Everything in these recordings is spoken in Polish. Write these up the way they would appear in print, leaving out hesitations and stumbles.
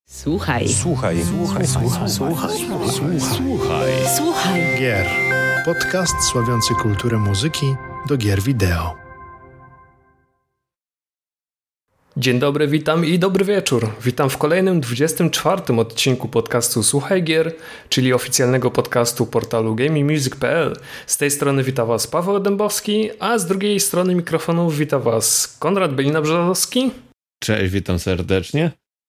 Słuchaj. Słuchaj. Słuchaj. Słuchaj. Słuchaj. Słuchaj. Słuchaj. Słuchaj. Gier. Podcast sławiący kulturę muzyki do gier wideo. Dzień dobry, witam i dobry wieczór. Witam w kolejnym 24. odcinku podcastu Słuchaj Gier, czyli oficjalnego podcastu portalu GamingMusic.pl. Z tej strony wita Was Paweł Dębowski, a z drugiej strony mikrofonów wita Was Konrad Belina-Brzozowski. Cześć, witam serdecznie.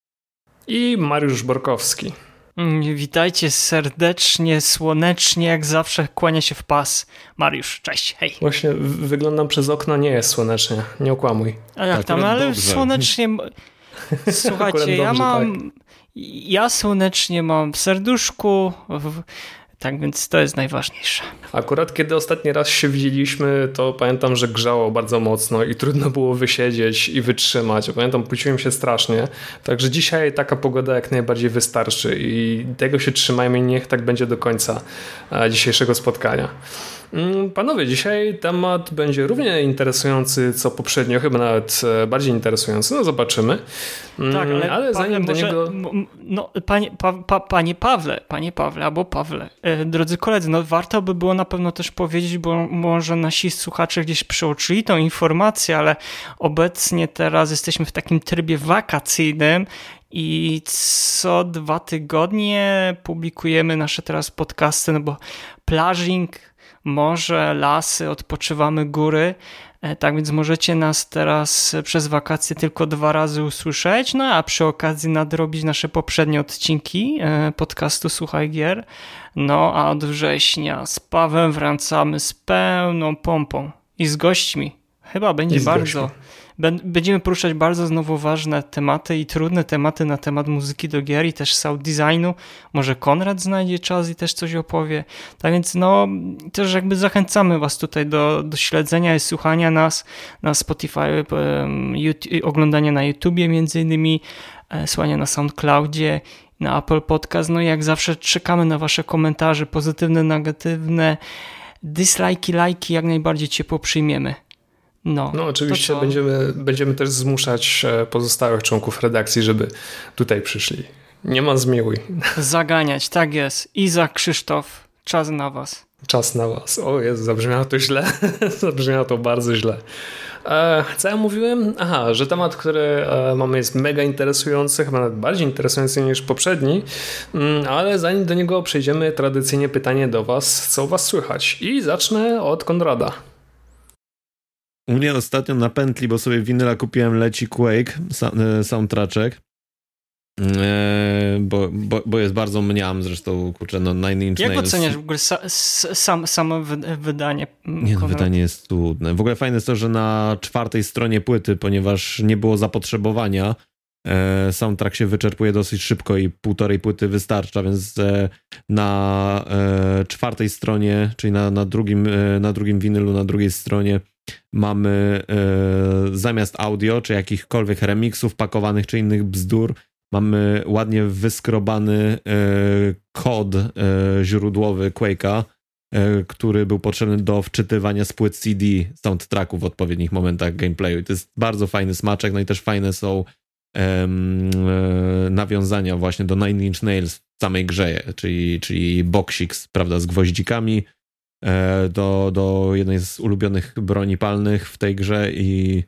I Mariusz Borkowski. Witajcie serdecznie, słonecznie, jak zawsze kłania się w pas. Mariusz, cześć, hej. Właśnie wyglądam przez okno, nie jest słonecznie, nie okłamuj. A jak tam, ale dobrze. Słonecznie... Słuchajcie, ja słonecznie mam w serduszku, tak więc to jest najważniejsze. Akurat kiedy ostatni raz się widzieliśmy, to pamiętam, że grzało bardzo mocno i trudno było wysiedzieć i wytrzymać. Pamiętam, pociłem się strasznie. Także dzisiaj taka pogoda jak najbardziej wystarczy i tego się trzymajmy, niech tak będzie do końca dzisiejszego spotkania. Panowie, dzisiaj temat będzie równie interesujący co poprzednio, chyba nawet bardziej interesujący, no zobaczymy. Tak, ale zanim Pawle, do niego... No, panie Pawle, albo Pawle, drodzy koledzy, no warto by było na pewno też powiedzieć, bo może nasi słuchacze gdzieś przeoczyli tą informację, ale obecnie teraz jesteśmy w takim trybie wakacyjnym i co 2 tygodnie publikujemy nasze teraz podcasty, no bo plażing, morze, lasy, odpoczywamy, góry. Tak więc możecie nas teraz przez wakacje tylko 2 razy usłyszeć, no a przy okazji nadrobić nasze poprzednie odcinki podcastu Słuchaj Gier. No a od września z Pawłem wracamy z pełną pompą i z gośćmi. Chyba będzie bardzo... Będziemy poruszać bardzo znowu ważne tematy i trudne tematy na temat muzyki do gier i też sound designu. Może Konrad znajdzie czas i też coś opowie. Tak więc no też jakby zachęcamy Was tutaj do śledzenia i słuchania nas na Spotify, oglądania na YouTubie między innymi, słuchania na SoundCloudzie, na Apple Podcast. No i jak zawsze czekamy na Wasze komentarze, pozytywne, negatywne, dislajki, lajki, jak najbardziej ciepło przyjmiemy. No oczywiście będziemy też zmuszać pozostałych członków redakcji, żeby tutaj przyszli. Nie ma zmiłuj. Zaganiać, tak jest. Iza, Krzysztof, czas na Was. Czas na Was. O Jezu, zabrzmiało to źle. Zabrzmiało to bardzo źle. Co ja mówiłem? Aha, że temat, który mamy jest mega interesujący, chyba nawet bardziej interesujący niż poprzedni, ale zanim do niego przejdziemy, tradycyjnie pytanie do Was, co u Was słychać? I zacznę od Konrada. U mnie ostatnio na pętli, bo sobie winyla kupiłem, leci Quake, soundtraczek, bo jest bardzo mniam, zresztą kurczę, no Nine Inch Nails. Jak oceniasz w ogóle samo wydanie? Nie, no, wydanie jest cudne. W ogóle fajne jest to, że na 4. stronie płyty, ponieważ nie było zapotrzebowania, soundtrack się wyczerpuje dosyć szybko i 1,5 płyty wystarcza, więc na 4. stronie, czyli na drugim winylu, na drugiej stronie mamy zamiast audio, czy jakichkolwiek remixów pakowanych, czy innych bzdur, mamy ładnie wyskrobany kod źródłowy Quake'a, który był potrzebny do wczytywania z płyt CD soundtracków w odpowiednich momentach gameplayu. I to jest bardzo fajny smaczek, no i też fajne są nawiązania właśnie do Nine Inch Nails w samej grze, czyli boksik, prawda, z gwoździkami, do jednej z ulubionych broni palnych w tej grze i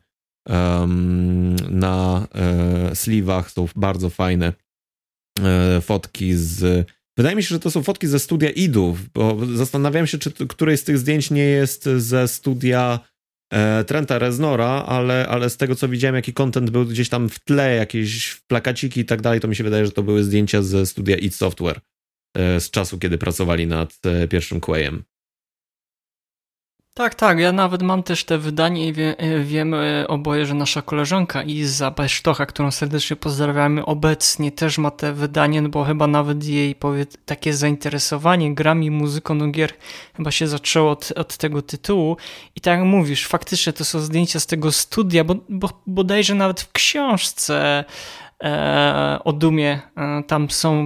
na sleeve'ach są bardzo fajne fotki Wydaje mi się, że to są fotki ze studia idów, bo zastanawiałem się, czy któreś z tych zdjęć nie jest ze studia Trenta Reznora, ale z tego co widziałem, jaki content był gdzieś tam w tle, jakieś plakaciki i tak dalej, to mi się wydaje, że to były zdjęcia ze studia id Software z czasu, kiedy pracowali nad pierwszym Quake'em. Tak, ja nawet mam też te wydanie i wiemy oboje, że nasza koleżanka Iza Besztocha, którą serdecznie pozdrawiamy, obecnie też ma te wydanie, no bo chyba nawet jej takie zainteresowanie grami, muzyką do gier chyba się zaczęło od tego tytułu i tak jak mówisz, faktycznie to są zdjęcia z tego studia, bo bodajże nawet w książce o Dumie tam są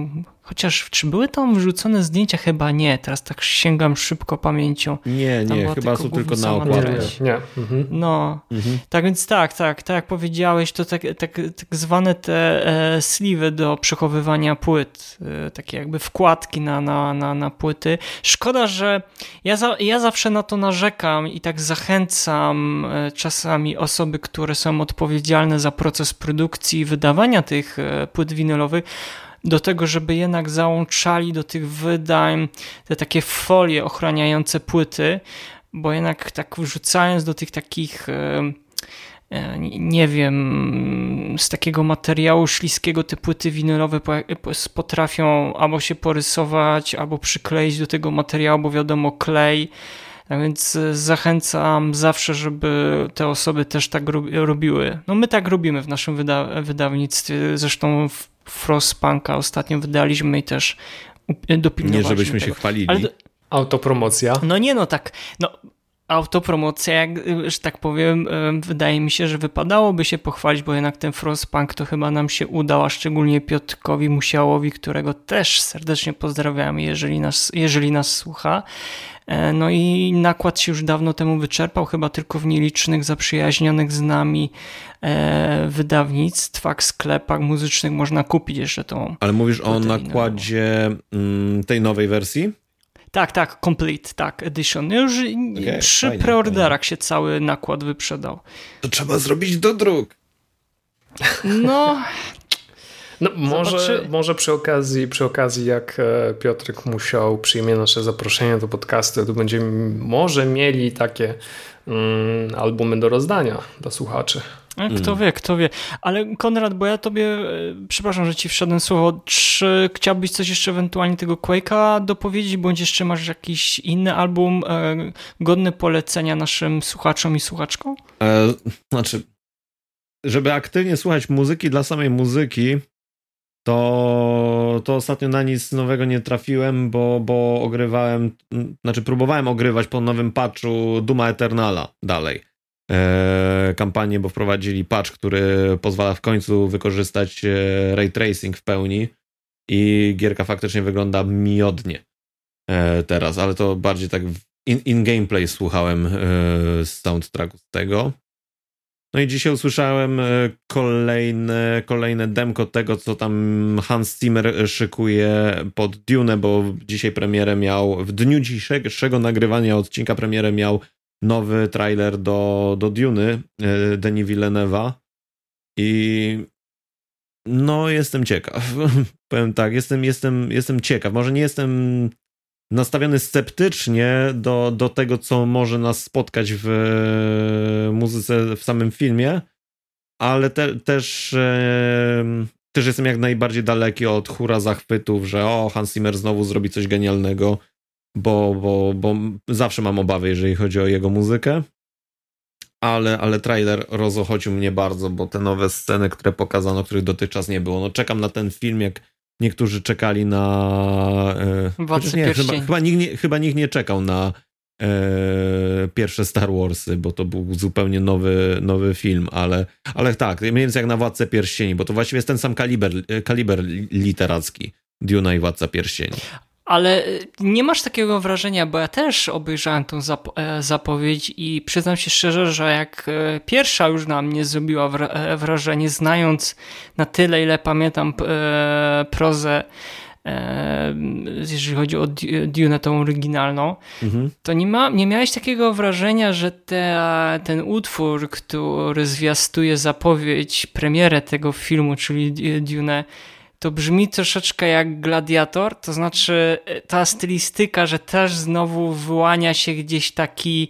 Chociaż, czy były tam wrzucone zdjęcia? Chyba nie. Teraz tak sięgam szybko pamięcią. Nie, chyba są tylko na okładce. Nie. No, tak więc tak jak powiedziałeś, to tak zwane te sleeve'y do przechowywania płyt, takie jakby wkładki na płyty. Szkoda, że ja zawsze na to narzekam i tak zachęcam czasami osoby, które są odpowiedzialne za proces produkcji i wydawania tych płyt winylowych, do tego, żeby jednak załączali do tych wydań te takie folie ochraniające płyty, bo jednak tak wrzucając do tych takich, nie wiem, z takiego materiału śliskiego te płyty winylowe potrafią albo się porysować, albo przykleić do tego materiału, bo wiadomo, klej. A więc zachęcam zawsze, żeby te osoby też tak robiły. No my tak robimy w naszym wydawnictwie, zresztą Frostpunka ostatnio wydaliśmy i też dopilnowaliśmy Nie, żebyśmy tego. się chwalili. Autopromocja. No nie, no tak, autopromocja, że tak powiem, wydaje mi się, że wypadałoby się pochwalić, bo jednak ten Frostpunk to chyba nam się udał, a szczególnie Piotrkowi Musiałowi, którego też serdecznie pozdrawiamy, jeżeli nas słucha. No i nakład się już dawno temu wyczerpał, chyba tylko w nielicznych zaprzyjaźnionych z nami wydawnictwach, sklepach muzycznych można kupić jeszcze tą. Ale mówisz o nakładzie tej nowej wersji? Tak, Complete, tak, Edition. Już przy preorderach się cały nakład wyprzedał. To trzeba zrobić do druk. No może przy okazji jak Piotrek Musiał przyjmie nasze zaproszenie do podcastu, to będziemy może mieli takie albumy do rozdania dla słuchaczy. Kto wie. Ale Konrad, bo ja tobie, przepraszam, że ci wszedłem słowo, czy chciałbyś coś jeszcze ewentualnie tego Quake'a dopowiedzieć, bądź jeszcze masz jakiś inny album godny polecenia naszym słuchaczom i słuchaczkom? Znaczy, żeby aktywnie słuchać muzyki dla samej muzyki, to ostatnio na nic nowego nie trafiłem, bo próbowałem ogrywać po nowym patchu Duma Eternala dalej. Kampanię, bo wprowadzili patch, który pozwala w końcu wykorzystać ray tracing w pełni i gierka faktycznie wygląda miodnie teraz, ale to bardziej tak in gameplay słuchałem z soundtracku z tego. No i dzisiaj usłyszałem kolejne demko tego, co tam Hans Zimmer szykuje pod Dune, bo dzisiaj premierę miał, w dniu dzisiejszego nagrywania odcinka premierę miał nowy trailer do Duny Denis Villeneuve'a i no jestem ciekaw. Powiem tak, jestem ciekaw. Może nie jestem nastawiony sceptycznie do tego, co może nas spotkać w muzyce w samym filmie, ale też jestem jak najbardziej daleki od hura zachwytów, że Hans Zimmer znowu zrobi coś genialnego, bo zawsze mam obawy, jeżeli chodzi o jego muzykę, ale trailer rozochocił mnie bardzo, bo te nowe sceny, które pokazano, których dotychczas nie było, no czekam na ten film, jak niektórzy czekali na... Chyba nikt nie czekał na pierwsze Star Warsy, bo to był zupełnie nowy film, ale tak, mniej więcej jak na Władcę Pierścieni, bo to właściwie jest ten sam kaliber literacki, Duna i Władca Pierścieni. Ale nie masz takiego wrażenia, bo ja też obejrzałem tą zapowiedź i przyznam się szczerze, że jak pierwsza już na mnie zrobiła wrażenie, znając na tyle, ile pamiętam prozę, jeżeli chodzi o Dune, tą oryginalną, to nie miałeś takiego wrażenia, że ten utwór, który zwiastuje zapowiedź, premierę tego filmu, czyli Dune, to brzmi troszeczkę jak Gladiator, to znaczy ta stylistyka, że też znowu wyłania się gdzieś taki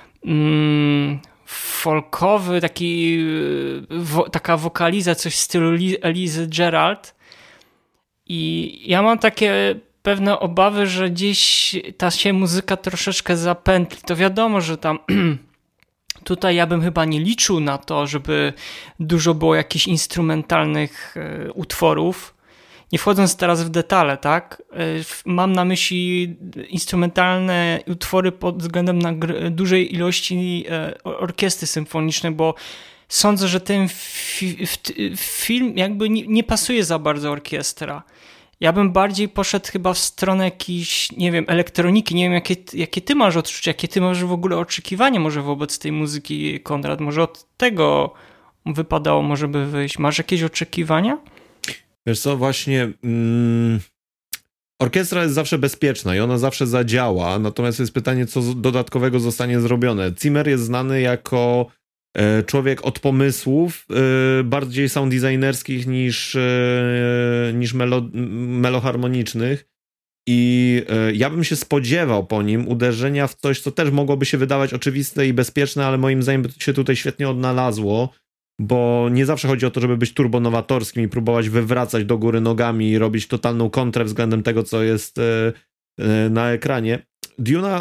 folkowy, taka wokaliza, coś w stylu Elizy Gerald. I ja mam takie pewne obawy, że gdzieś ta się muzyka troszeczkę zapętli. To wiadomo, że tam tutaj ja bym chyba nie liczył na to, żeby dużo było jakichś instrumentalnych utworów. Nie wchodząc teraz w detale, tak? Mam na myśli instrumentalne utwory pod względem na dużej ilości orkiestry symfonicznej, bo sądzę, że ten film jakby nie pasuje za bardzo orkiestra. Ja bym bardziej poszedł chyba w stronę jakiejś, nie wiem, elektroniki. Nie wiem, jakie ty masz odczucia, jakie ty masz w ogóle oczekiwania może wobec tej muzyki, Konrad. Może od tego wypadało może by wyjść. Masz jakieś oczekiwania? Wiesz co, właśnie orkiestra jest zawsze bezpieczna i ona zawsze zadziała, natomiast jest pytanie, co dodatkowego zostanie zrobione. Zimmer jest znany jako człowiek od pomysłów, bardziej sound designerskich niż meloharmonicznych i ja bym się spodziewał po nim uderzenia w coś, co też mogłoby się wydawać oczywiste i bezpieczne, ale moim zdaniem się tutaj świetnie odnalazło, bo nie zawsze chodzi o to, żeby być turbonowatorskim i próbować wywracać do góry nogami i robić totalną kontrę względem tego, co jest na ekranie. Duna,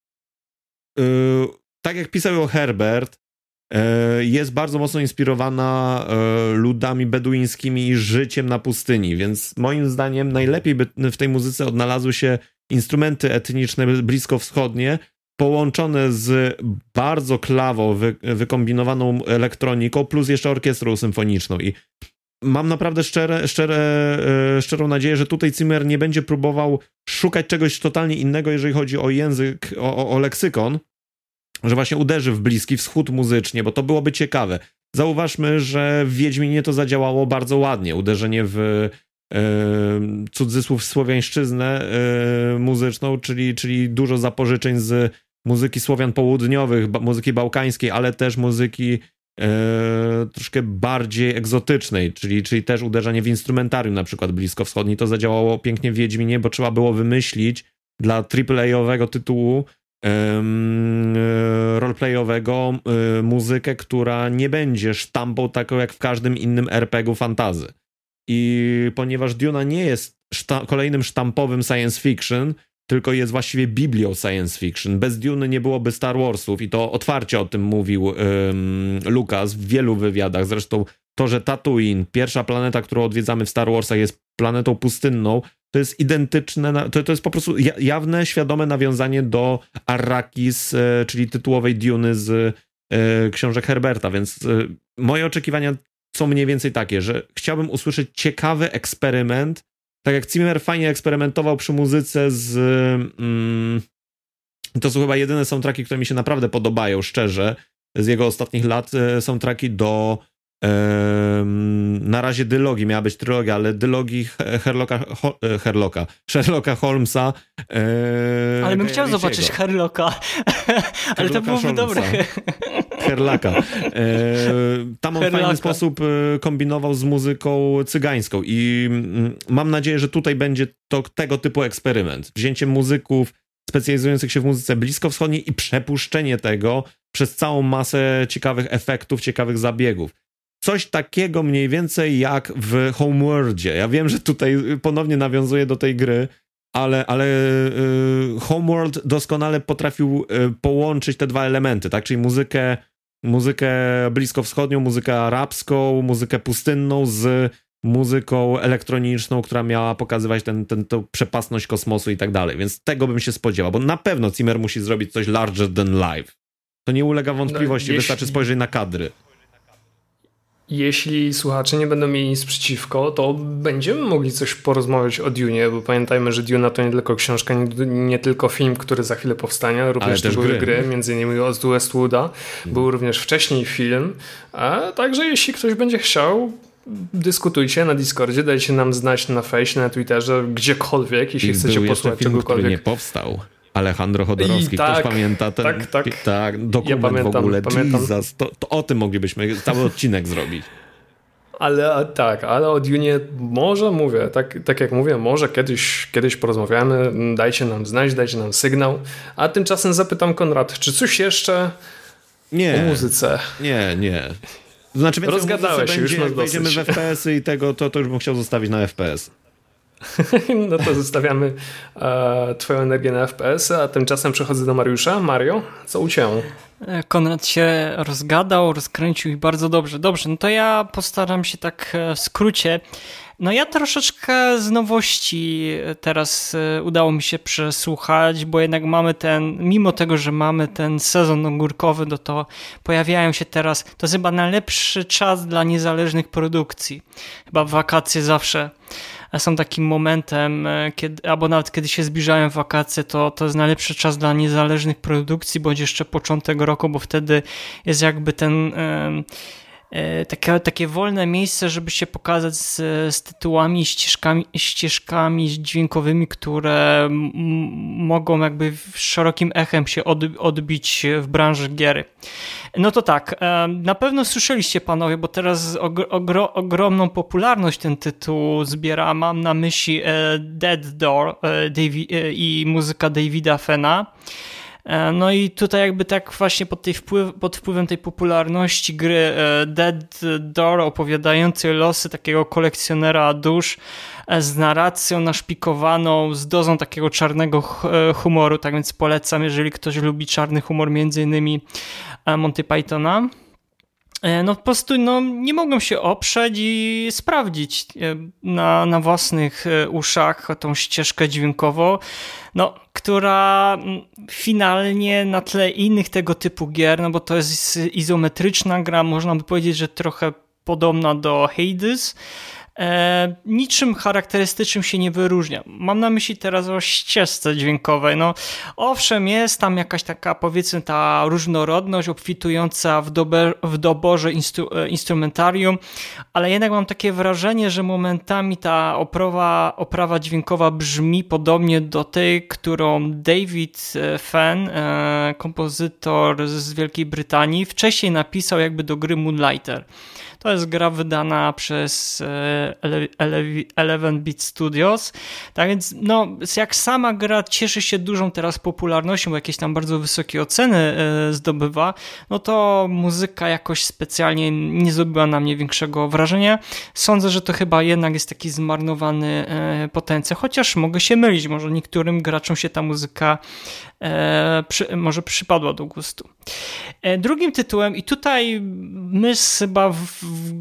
tak jak pisał o Herbert, jest bardzo mocno inspirowana ludami beduińskimi i życiem na pustyni, więc moim zdaniem najlepiej by w tej muzyce odnalazły się instrumenty etniczne bliskowschodnie, połączone z bardzo klawo wykombinowaną elektroniką, plus jeszcze orkiestrą symfoniczną. I mam naprawdę szczerą nadzieję, że tutaj Zimmer nie będzie próbował szukać czegoś totalnie innego, jeżeli chodzi o język, o leksykon, że właśnie uderzy w Bliski Wschód muzycznie, bo to byłoby ciekawe. Zauważmy, że w Wiedźminie to zadziałało bardzo ładnie. Uderzenie w cudzysłów słowiańszczyznę muzyczną, czyli dużo zapożyczeń z muzyki Słowian południowych, muzyki bałkańskiej, ale też muzyki troszkę bardziej egzotycznej, czyli też uderzenie w instrumentarium, na przykład bliskowschodni. To zadziałało pięknie w Wiedźminie, bo trzeba było wymyślić dla AAA-owego tytułu roleplayowego muzykę, która nie będzie sztampą taką jak w każdym innym RPG-u fantasy. I ponieważ Duna nie jest kolejnym sztampowym science fiction, tylko jest właściwie biblią science fiction. Bez Duny nie byłoby Star Warsów i to otwarcie o tym mówił Lucas w wielu wywiadach. Zresztą to, że Tatooine, pierwsza planeta, którą odwiedzamy w Star Warsach, jest planetą pustynną, to jest identyczne, to jest po prostu jawne, świadome nawiązanie do Arrakis, czyli tytułowej Duny z książek Herberta, więc moje oczekiwania są mniej więcej takie, że chciałbym usłyszeć ciekawy eksperyment, tak jak Zimmer fajnie eksperymentował przy muzyce to są chyba jedyne soundtracki, które mi się naprawdę podobają, szczerze, z jego ostatnich lat, soundtracki do na razie dylogii, miała być trylogia, ale dylogii Sherlocka Holmesa. Ale bym chciał zobaczyć Sherlocka, ale to byłoby dobre. Herlaka. Tam on w fajny sposób kombinował z muzyką cygańską i mam nadzieję, że tutaj będzie to tego typu eksperyment. Wzięcie muzyków specjalizujących się w muzyce bliskowschodniej i przepuszczenie tego przez całą masę ciekawych efektów, ciekawych zabiegów. Coś takiego mniej więcej jak w Homeworldzie. Ja wiem, że tutaj ponownie nawiązuję do tej gry, ale Homeworld doskonale potrafił połączyć te dwa elementy, tak? Czyli muzykę bliskowschodnią, muzykę arabską, muzykę pustynną z muzyką elektroniczną, która miała pokazywać tę przepastność kosmosu i tak dalej. Więc tego bym się spodziewał, bo na pewno Zimmer musi zrobić coś larger than life. To nie ulega wątpliwości, wystarczy spojrzeć na kadry. Jeśli słuchacze nie będą mieli nic przeciwko, to będziemy mogli coś porozmawiać o Dunie, bo pamiętajmy, że Duna to nie tylko książka, nie tylko film, który za chwilę powstanie, również to były gry, między innymi od Westwooda. Był również wcześniej film, a także jeśli ktoś będzie chciał, dyskutujcie na Discordzie, dajcie nam znać na fejsie, na Twitterze, gdziekolwiek, jeśli chcecie posłuchać film, czegokolwiek. Który nie powstał. Alejandro Chodorowski, ktoś pamięta ten dokument w ogóle? Jesus, to o tym moglibyśmy cały odcinek zrobić. Ale o Dunie może mówię, tak jak mówię, może kiedyś porozmawiamy, dajcie nam znać, dajcie nam sygnał, a tymczasem zapytam Konrad, czy coś jeszcze o muzyce? Nie. Znaczy, rozgadałeś się, już masz dosyć. Wejdziemy w FPS-y i tego, to już bym chciał zostawić na FPS. No to zostawiamy twoją energię na FPS-y, a tymczasem przechodzę do Mariusza. Mario, co u ciebie? Konrad się rozgadał, rozkręcił i bardzo dobrze. Dobrze, no to ja postaram się tak w skrócie. No ja troszeczkę z nowości teraz udało mi się przesłuchać, bo jednak mamy mimo tego, że mamy ten sezon ogórkowy, no to pojawiają się teraz, to jest chyba najlepszy czas dla niezależnych produkcji. Chyba w wakacje zawsze są takim momentem, albo nawet kiedy się zbliżają wakacje, to jest najlepszy czas dla niezależnych produkcji, bądź jeszcze początek roku, bo wtedy jest jakby ten takie wolne miejsce, żeby się pokazać z tytułami, ścieżkami dźwiękowymi, które mogą jakby szerokim echem się odbić w branży gier. No to tak, na pewno słyszeliście panowie, bo teraz ogromną popularność ten tytuł zbiera. Mam na myśli Dead Door i muzyka Davida Fenna. No i tutaj jakby tak właśnie pod wpływem tej popularności gry Dead Door, opowiadającej losy takiego kolekcjonera dusz z narracją naszpikowaną, z dozą takiego czarnego humoru, tak więc polecam, jeżeli ktoś lubi czarny humor, między innymi Monty Pythona. No po prostu nie mogłem się oprzeć i sprawdzić na własnych uszach tą ścieżkę dźwiękową, która finalnie na tle innych tego typu gier, bo to jest izometryczna gra, można by powiedzieć, że trochę podobna do Hades, niczym charakterystycznym się nie wyróżnia. Mam na myśli teraz o ścieżce dźwiękowej. Owszem, jest tam jakaś taka, powiedzmy, ta różnorodność obfitująca w doborze instrumentarium, ale jednak mam takie wrażenie, że momentami ta oprawa dźwiękowa brzmi podobnie do tej, którą David Fenn, kompozytor z Wielkiej Brytanii, wcześniej napisał jakby do gry Moonlighter. To jest gra wydana przez 11-Bit Studios. Tak więc, jak sama gra cieszy się dużą teraz popularnością, bo jakieś tam bardzo wysokie oceny zdobywa, to muzyka jakoś specjalnie nie zrobiła na mnie większego wrażenia. Sądzę, że to chyba jednak jest taki zmarnowany potencjał, chociaż mogę się mylić, może niektórym graczom się ta muzyka może przypadła do gustu. Drugim tytułem, i tutaj my chyba w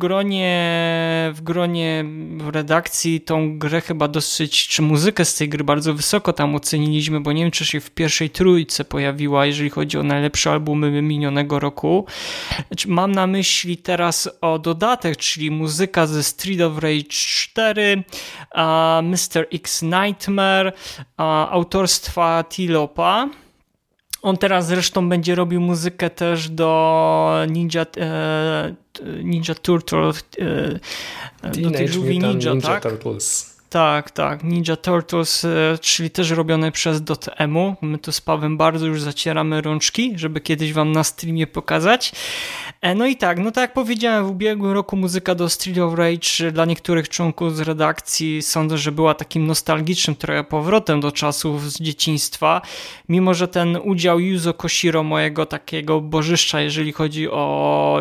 gronie redakcji tą grę chyba dosyć, czy muzykę z tej gry bardzo wysoko tam oceniliśmy, bo nie wiem, czy się w pierwszej trójce pojawiła, jeżeli chodzi o najlepsze albumy minionego roku. Mam na myśli teraz o dodatek, czyli muzyka ze Street of Rage 4, Mr. X Nightmare, autorstwa T-Lopa. On teraz zresztą będzie robił muzykę też do Ninja Turtle, do tych żółwi Ninja, tak? Turtles. Tak, Ninja Turtles, czyli też robione przez Dotemu. My tu z Pawłem bardzo już zacieramy rączki, żeby kiedyś wam na streamie pokazać. Tak jak powiedziałem, w ubiegłym roku muzyka do Street of Rage dla niektórych członków z redakcji sądzę, że była takim nostalgicznym trochę powrotem do czasów z dzieciństwa, mimo że ten udział Yuzo Koshiro, mojego takiego bożyszcza, jeżeli chodzi o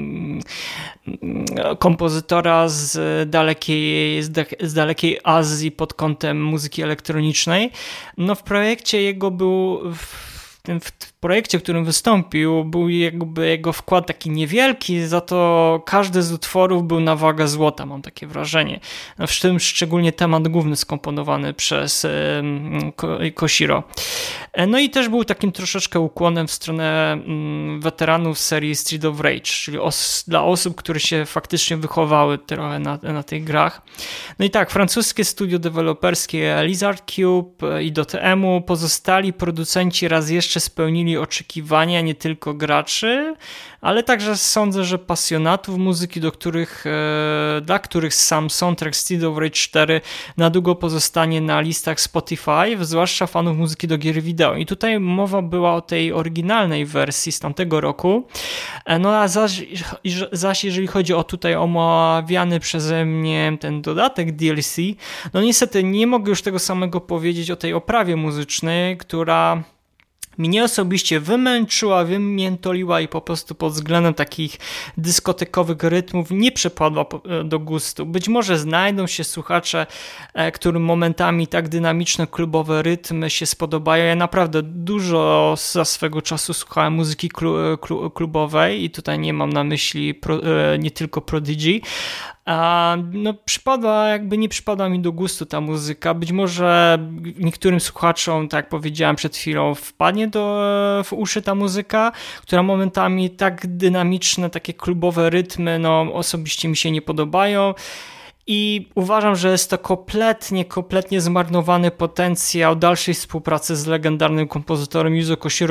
kompozytora z dalekiej Azji pod kątem muzyki elektronicznej, w projekcie jego był w projekcie, w którym wystąpił, był jakby jego wkład taki niewielki, za to każdy z utworów był na wagę złota, mam takie wrażenie. W tym szczególnie temat główny skomponowany przez Koshiro. I też był takim troszeczkę ukłonem w stronę weteranów serii Street of Rage, czyli dla osób, które się faktycznie wychowały trochę na tych grach. Francuskie studio deweloperskie Lizard Cube i Dotemu, pozostali producenci raz jeszcze spełnili oczekiwania nie tylko graczy, ale także sądzę, że pasjonatów muzyki, dla których sam soundtrack Street of Rage 4 na długo pozostanie na listach Spotify, zwłaszcza fanów muzyki do gier wideo. I tutaj mowa była o tej oryginalnej wersji z tamtego roku. A zaś jeżeli chodzi o tutaj omawiany przeze mnie ten dodatek DLC, niestety nie mogę już tego samego powiedzieć o tej oprawie muzycznej, która mnie osobiście wymęczyła, wymiętoliła i po prostu pod względem takich dyskotekowych rytmów nie przypadła do gustu. Być może znajdą się słuchacze, którym momentami tak dynamiczne klubowe rytmy się spodobają. Ja naprawdę dużo za swego czasu słuchałem muzyki klubowej i tutaj nie mam na myśli nie tylko Prodigy. Nie przypadła mi do gustu ta muzyka. Być może niektórym słuchaczom, tak jak powiedziałem przed chwilą, wpadnie w uszy ta muzyka, która momentami tak dynamiczne, takie klubowe rytmy, osobiście mi się nie podobają. I uważam, że jest to kompletnie zmarnowany potencjał dalszej współpracy z legendarnym kompozytorem Yuzo Koshiro,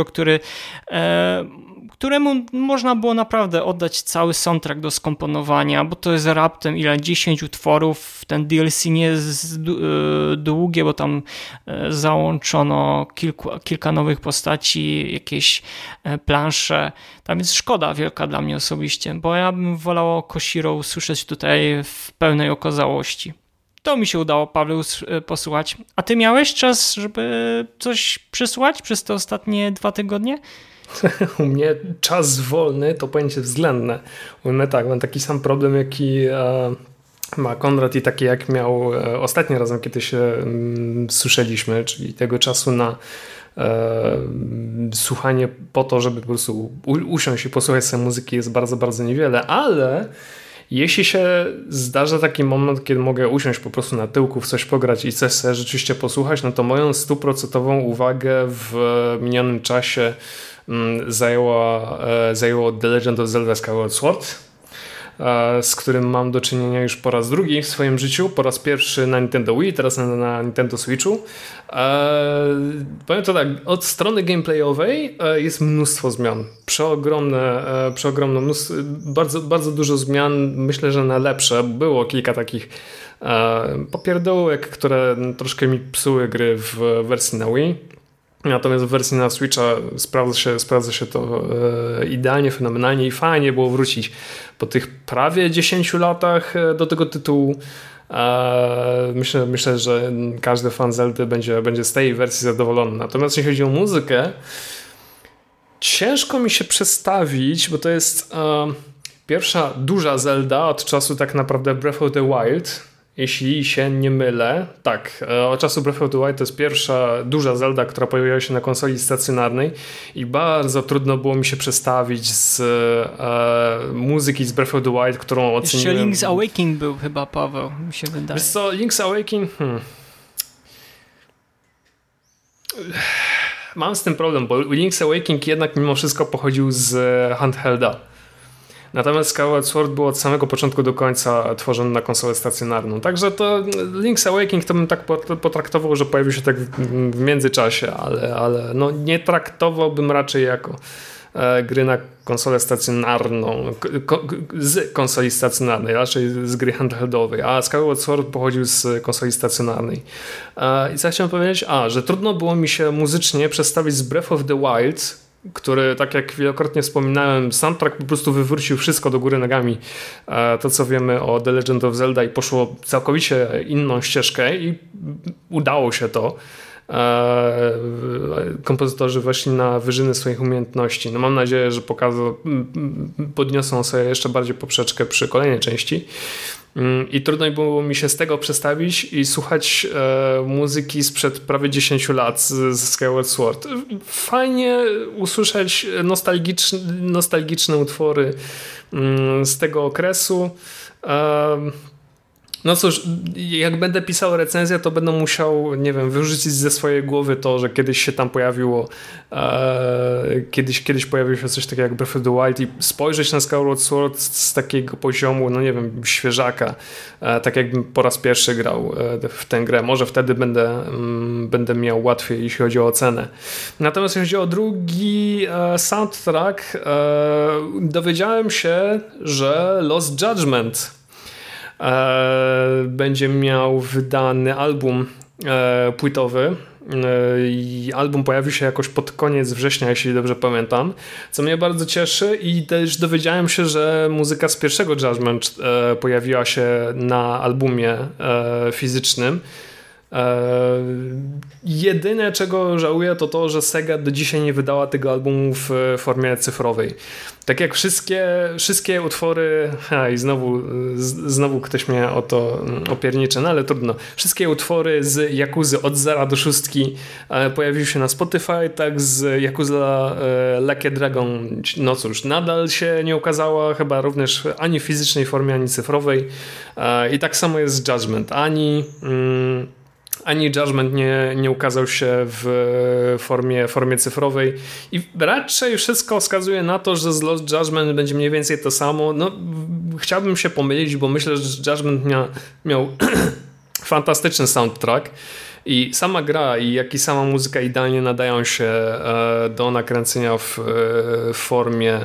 któremu można było naprawdę oddać cały soundtrack do skomponowania, bo to jest raptem 10 utworów. Ten DLC nie jest długie, bo tam załączono kilka nowych postaci, jakieś plansze. Tam jest szkoda wielka dla mnie osobiście, bo ja bym wolał Koshiro usłyszeć tutaj w pełnej okazałości. To mi się udało, Paweł, posłuchać. A ty miałeś czas, żeby coś przysłać przez te ostatnie 2 tygodnie? U mnie czas wolny to pojęcie względne. Mówimy tak, mam taki sam problem, jaki ma Konrad i taki jak miał ostatnim razem, kiedy się słyszeliśmy, czyli tego czasu na słuchanie po to, żeby po prostu usiąść i posłuchać sobie muzyki jest bardzo, bardzo niewiele, ale jeśli się zdarza taki moment, kiedy mogę usiąść po prostu na tyłku, w coś pograć i coś sobie rzeczywiście posłuchać, no to moją 100% uwagę w minionym czasie zajęło The Legend of Zelda Skyward Sword, z którym mam do czynienia już po raz drugi w swoim życiu. Po raz pierwszy na Nintendo Wii, teraz na Nintendo Switchu. Powiem to tak, od strony gameplayowej jest mnóstwo zmian. Przeogromne mnóstwo, bardzo, bardzo dużo zmian. Myślę, że na lepsze. Było kilka takich popierdołek, które troszkę mi psuły gry w wersji na Wii. Natomiast w wersji na Switcha sprawdza się to idealnie, fenomenalnie i fajnie było wrócić po tych prawie 10 latach do tego tytułu. Myślę, że każdy fan Zeldy będzie z tej wersji zadowolony. Natomiast jeśli chodzi o muzykę, ciężko mi się przestawić, bo to jest pierwsza duża Zelda od czasu tak naprawdę Breath of the Wild. Jeśli się nie mylę, tak, od czasu Breath of the Wild to jest pierwsza duża Zelda, która pojawiła się na konsoli stacjonarnej i bardzo trudno było mi się przestawić z muzyki z Breath of the Wild, którą oceniłem. Jeszcze Link's Awakening był chyba, Paweł, mi się wydaje. Wiesz co, Link's Awakening... Mam z tym problem, bo Link's Awakening jednak mimo wszystko pochodził z handhelda. Natomiast Skyward Sword było od samego początku do końca tworzone na konsolę stacjonarną. Także to Link's Awakening to bym tak potraktował, że pojawił się tak w międzyczasie, ale no nie traktowałbym raczej jako gry na konsolę stacjonarną, z konsoli stacjonarnej, raczej z gry handheldowej, a Skyward Sword pochodził z konsoli stacjonarnej. I co chciałem powiedzieć? Że trudno było mi się muzycznie przestawić z Breath of the Wild, który, tak jak wielokrotnie wspominałem, soundtrack po prostu wywrócił wszystko do góry nogami. To, co wiemy o The Legend of Zelda i poszło całkowicie inną ścieżkę i udało się to. Kompozytorzy weszli na wyżyny swoich umiejętności. No mam nadzieję, że podniosą sobie jeszcze bardziej poprzeczkę przy kolejnej części. I trudno było mi się z tego przestawić i słuchać muzyki sprzed prawie 10 lat z Skyward Sword. Fajnie usłyszeć nostalgiczne utwory z tego okresu. No cóż, jak będę pisał recenzję, to będę musiał, nie wiem, wyrzucić ze swojej głowy to, że kiedyś się tam pojawiło kiedyś pojawiło się coś takiego jak Breath of the Wild i spojrzeć na Skyward Sword z takiego poziomu, no nie wiem, świeżaka, tak jakbym po raz pierwszy grał w tę grę. Może wtedy będę miał łatwiej, jeśli chodzi o ocenę. Natomiast jeśli chodzi o drugi soundtrack, dowiedziałem się, że Lost Judgment będzie miał wydany album płytowy i album pojawił się jakoś pod koniec września, jeśli dobrze pamiętam, co mnie bardzo cieszy i też dowiedziałem się, że muzyka z pierwszego Judgment pojawiła się na albumie fizycznym. Jedyne, czego żałuję, to to, że Sega do dzisiaj nie wydała tego albumu w formie cyfrowej. Tak jak wszystkie utwory, i znowu ktoś mnie o to opierniczy, no ale trudno. Wszystkie utwory z Yakuzy od 0 do 6 pojawiły się na Spotify, tak z Yakuza Like a Dragon, no cóż, nadal się nie ukazała, chyba również ani w fizycznej formie, ani cyfrowej. I tak samo jest z Judgment. ani Judgment nie ukazał się w formie cyfrowej i raczej wszystko wskazuje na to, że z Lost Judgment będzie mniej więcej to samo. No, chciałbym się pomylić, bo myślę, że Judgment miał fantastyczny soundtrack i sama gra jak i sama muzyka idealnie nadają się do nakręcenia w formie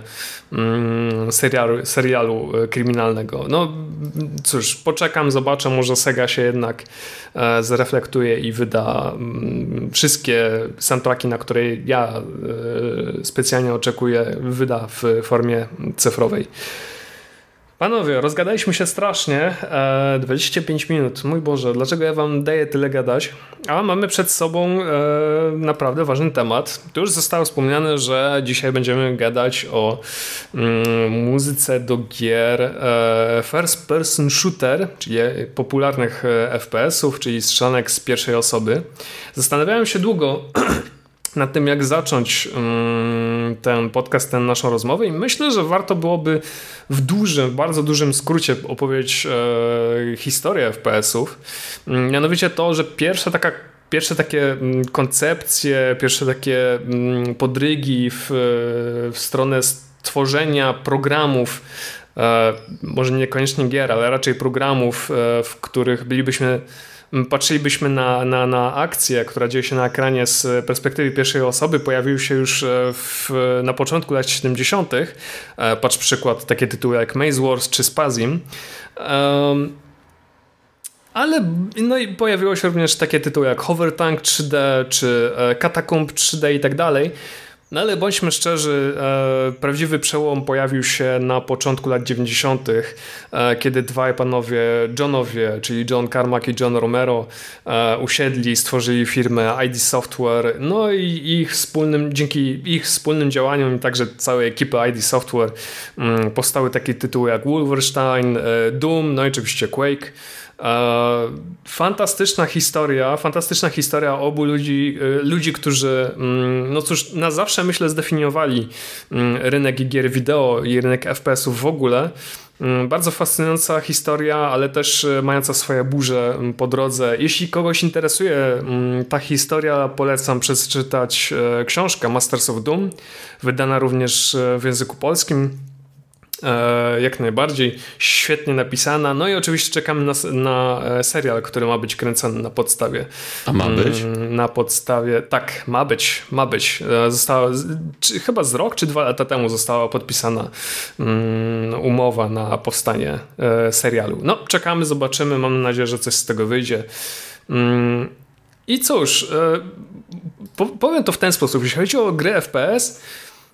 serialu kryminalnego. No cóż, poczekam, zobaczę, może Sega się jednak zreflektuje i wyda wszystkie soundtracki, na które ja specjalnie oczekuję, wyda w formie cyfrowej. Panowie, rozgadaliśmy się strasznie. 25 minut. Mój Boże, dlaczego ja wam daję tyle gadać? A mamy przed sobą naprawdę ważny temat. Tu już zostało wspomniane, że dzisiaj będziemy gadać o muzyce do gier first person shooter, czyli popularnych FPS-ów, czyli strzelanek z pierwszej osoby. Zastanawiałem się długo nad tym, jak zacząć ten podcast, tę naszą rozmowę i myślę, że warto byłoby w bardzo dużym skrócie opowiedzieć historię FPS-ów. Mianowicie to, że pierwsze takie koncepcje, pierwsze takie podrygi w stronę stworzenia programów, może niekoniecznie gier, ale raczej programów, w których patrzylibyśmy na akcję, która dzieje się na ekranie z perspektywy pierwszej osoby, pojawił się już na początku lat 70. Patrz przykład, takie tytuły jak Maze Wars czy Spazim. Ale no i pojawiło się również takie tytuły jak Hover Tank 3D czy Catacomb 3D i tak dalej. No ale bądźmy szczerzy, prawdziwy przełom pojawił się na początku lat 90., kiedy dwaj panowie Johnowie, czyli John Carmack i John Romero, usiedli, stworzyli firmę ID Software, no i dzięki ich wspólnym działaniom i także całej ekipy ID Software powstały takie tytuły jak Wolfenstein, Doom, no i oczywiście Quake. Fantastyczna historia obu ludzi, którzy no cóż, na zawsze myślę zdefiniowali rynek gier wideo i rynek FPS-ów w ogóle. Bardzo fascynująca historia, ale też mająca swoje burze po drodze. Jeśli kogoś interesuje ta historia, polecam przeczytać książkę Masters of Doom, wydana również w języku polskim. Jak najbardziej, świetnie napisana. No i oczywiście czekamy na serial, który ma być kręcony na podstawie. A ma być? Na podstawie, tak, ma być. Chyba z rok czy 2 lata temu została podpisana umowa na powstanie serialu. No, czekamy, zobaczymy. Mam nadzieję, że coś z tego wyjdzie. I cóż, powiem to w ten sposób. Jeśli chodzi o gry FPS,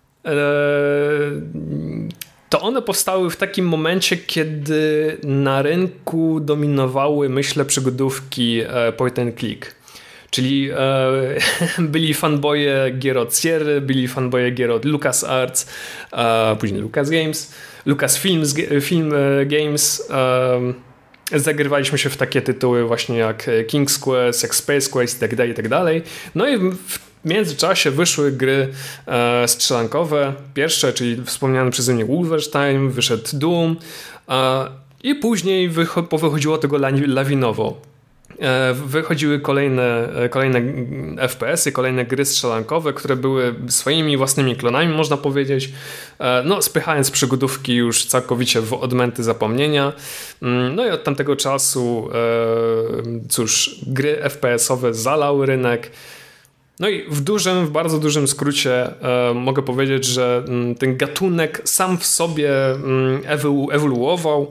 to one powstały w takim momencie, kiedy na rynku dominowały, myślę, przygodówki point and click. Czyli byli fanboye gier od Sierry, byli fanboye gier od LucasArts, później Lucasfilm Games. Zagrywaliśmy się w takie tytuły właśnie jak King's Quest, jak Space Quest i tak dalej. No i w międzyczasie wyszły gry strzelankowe. Pierwsze, czyli wspomniany przeze mnie Wolfenstein, wyszedł Doom i później powychodziło tego lawinowo. Wychodziły kolejne FPS-y, kolejne gry strzelankowe, które były swoimi własnymi klonami, można powiedzieć, no spychając przygodówki już całkowicie w odmęty zapomnienia. No i od tamtego czasu cóż, gry FPS-owe zalały rynek. No i w bardzo dużym skrócie mogę powiedzieć, że ten gatunek sam w sobie ewoluował.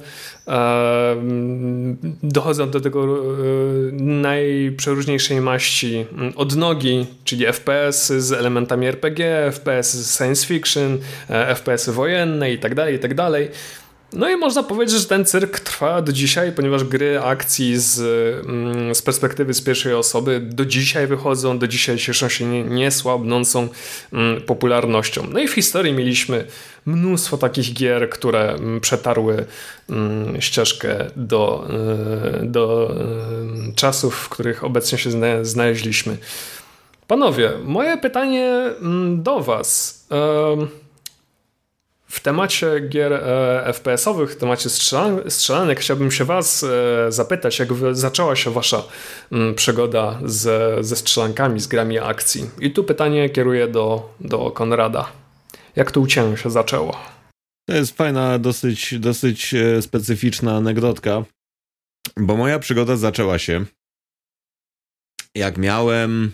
Dochodzą do tego najprzeróżniejszej maści odnogi, czyli FPS z elementami RPG, FPS z science fiction, FPS wojenne i tak dalej. No i można powiedzieć, że ten cyrk trwa do dzisiaj, ponieważ gry akcji z perspektywy z pierwszej osoby do dzisiaj wychodzą, do dzisiaj cieszą się niesłabnąc popularnością. No i w historii mieliśmy mnóstwo takich gier, które przetarły ścieżkę do czasów, w których obecnie się znaleźliśmy. Panowie, moje pytanie do was. W temacie gier FPS-owych, w temacie strzelanek chciałbym się was zapytać, jak zaczęła się wasza przygoda ze strzelankami, z grami akcji. I tu pytanie kieruję do Konrada. Jak to u ciebie się zaczęło? To jest fajna, dosyć specyficzna anegdotka, bo moja przygoda zaczęła się, jak miałem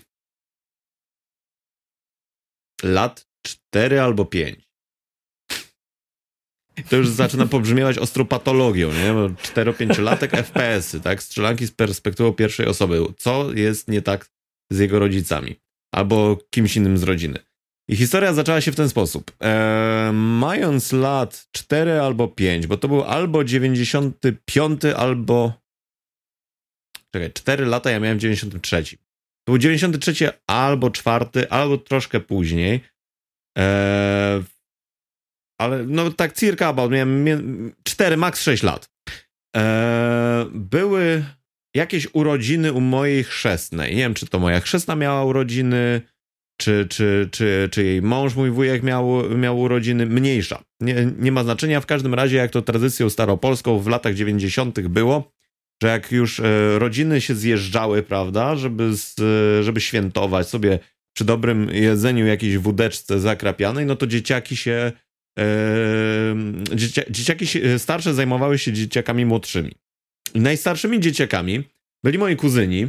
lat 4 albo 5. To już zaczyna pobrzmiewać ostrą patologią, nie? 4-5-latek FPS-y, tak? Strzelanki z perspektywą pierwszej osoby. Co jest nie tak z jego rodzicami? Albo kimś innym z rodziny. I historia zaczęła się w ten sposób. Mając lat 4 albo 5, bo to był albo 95, albo... 4 lata, ja miałem 93. To był 93 albo 4, albo troszkę później. Ale no tak circa about, miałem 4, max 6 lat. Były jakieś urodziny u mojej chrzestnej. Nie wiem, czy to moja chrzestna miała urodziny, czy jej mąż, mój wujek miał urodziny. Mniejsza. Nie ma znaczenia. W każdym razie, jak to tradycją staropolską w latach 90. było, że jak już rodziny się zjeżdżały, prawda, żeby świętować sobie przy dobrym jedzeniu jakiejś wódeczce zakrapianej, no to dzieciaki starsze zajmowały się dzieciakami młodszymi. I najstarszymi dzieciakami byli moi kuzyni,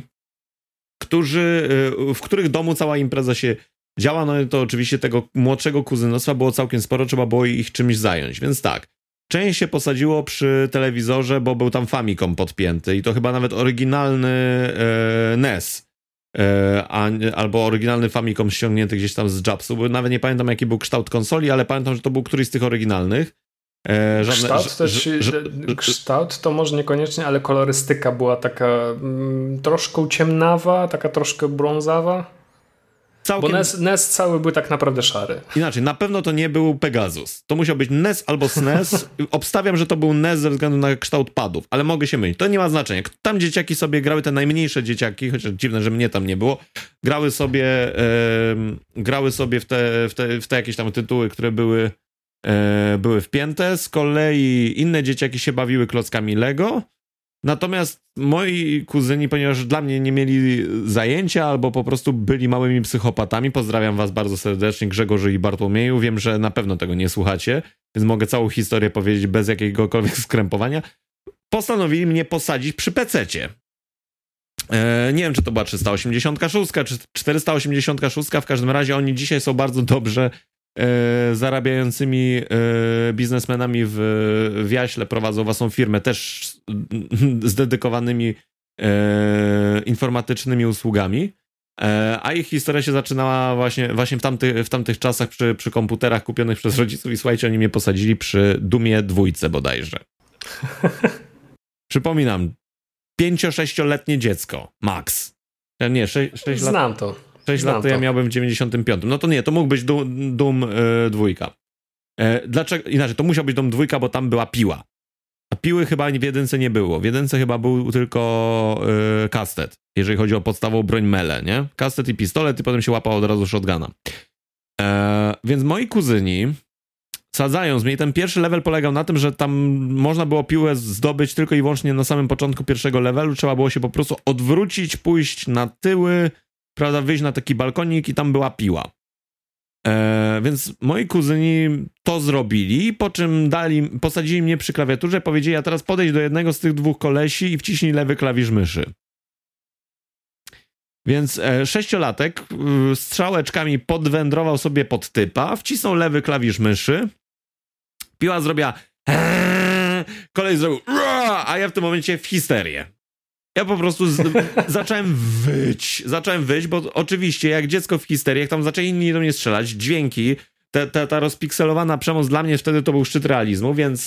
w których domu cała impreza się działa. No to oczywiście tego młodszego kuzynostwa było całkiem sporo, trzeba było ich czymś zająć. Więc tak, część się posadziło przy telewizorze, bo był tam Famicom podpięty i to chyba nawet oryginalny NES. Albo oryginalny Famicom ściągnięty gdzieś tam z Japsu, bo nawet nie pamiętam, jaki był kształt konsoli, ale pamiętam, że to był któryś z tych oryginalnych. Kształt to może niekoniecznie, ale kolorystyka była taka troszkę ciemnawa, taka troszkę brązowa. Bo NES cały był tak naprawdę szary. Inaczej, na pewno to nie był Pegasus. To musiał być NES albo SNES. Obstawiam, że to był NES ze względu na kształt padów, ale mogę się mylić. To nie ma znaczenia. Tam dzieciaki sobie grały, te najmniejsze dzieciaki, chociaż dziwne, że mnie tam nie było, grały sobie w te jakieś tam tytuły, które były wpięte. Z kolei inne dzieciaki się bawiły klockami Lego. Natomiast moi kuzyni, ponieważ dla mnie nie mieli zajęcia albo po prostu byli małymi psychopatami, pozdrawiam was bardzo serdecznie, Grzegorzu i Bartłomieju, wiem, że na pewno tego nie słuchacie, więc mogę całą historię powiedzieć bez jakiegokolwiek skrępowania, postanowili mnie posadzić przy pececie. Nie wiem, czy to była 386 czy 486, w każdym razie oni dzisiaj są bardzo dobrze zarabiającymi biznesmenami w Jaśle, prowadzą własną firmę też z dedykowanymi informatycznymi usługami, a ich historia się zaczynała właśnie w tamtych czasach przy komputerach kupionych przez rodziców i słuchajcie, oni mnie posadzili przy Dumie 2 bodajże. Przypominam, 5-6-letnie dziecko, max. Nie, 6 lat. Znam to. 6 lat to ja miałbym w 95. No to nie, to mógł być Doom 2. Dlaczego? Inaczej, to musiał być Doom 2, bo tam była piła. A piły chyba w jedynce nie było. W jedynce chyba był tylko kastet, jeżeli chodzi o podstawową broń melee, nie? Kastet i pistolet i potem się łapało od razu shotguna. Więc moi kuzyni, sadzając mnie, ten pierwszy level polegał na tym, że tam można było piłę zdobyć tylko i wyłącznie na samym początku pierwszego levelu. Trzeba było się po prostu odwrócić, pójść na tyły, prawda, wyjść na taki balkonik i tam była piła. Więc moi kuzyni to zrobili, po czym posadzili mnie przy klawiaturze, powiedzieli, a teraz podejdź do jednego z tych dwóch kolesi i wciśnij lewy klawisz myszy. Więc 6-latek strzałeczkami podwędrował sobie pod typa, wcisnął lewy klawisz myszy, piła zrobiła kolej zrobił a ja w tym momencie w histerię. Ja po prostu zacząłem wyć, bo oczywiście jak dziecko w histerii, jak tam zaczęli inni do mnie strzelać, dźwięki, ta rozpikselowana przemoc dla mnie wtedy to był szczyt realizmu, więc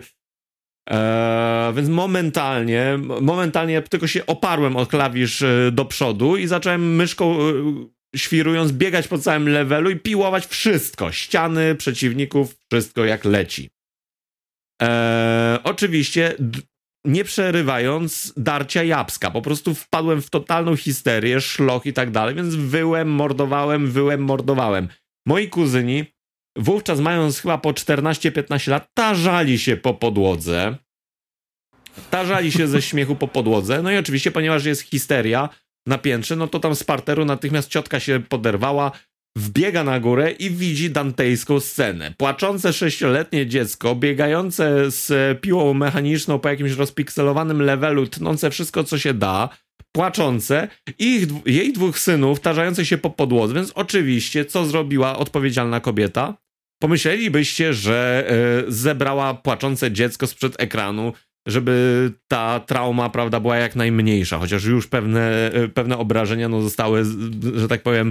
momentalnie ja tylko się oparłem o klawisz do przodu i zacząłem myszką świrując biegać po całym levelu i piłować wszystko, ściany, przeciwników, wszystko jak leci. Oczywiście nie przerywając darcia jabłka. Po prostu wpadłem w totalną histerię, szloch i tak dalej, więc wyłem, mordowałem. Moi kuzyni wówczas mając chyba po 14-15 lat, tarzali się po podłodze. Tarzali się ze śmiechu po podłodze. No i oczywiście, ponieważ jest histeria na piętrze, no to tam z parteru natychmiast ciotka się poderwała, wbiega na górę i widzi dantejską scenę. Płaczące 6-letnie dziecko, biegające z piłą mechaniczną po jakimś rozpikselowanym levelu, tnące wszystko, co się da, płaczące i jej 2 synów tarzających się po podłodze. Więc oczywiście, co zrobiła odpowiedzialna kobieta? Pomyślelibyście, że zebrała płaczące dziecko sprzed ekranu, żeby ta trauma, prawda, była jak najmniejsza, chociaż już pewne obrażenia no, zostały, że tak powiem,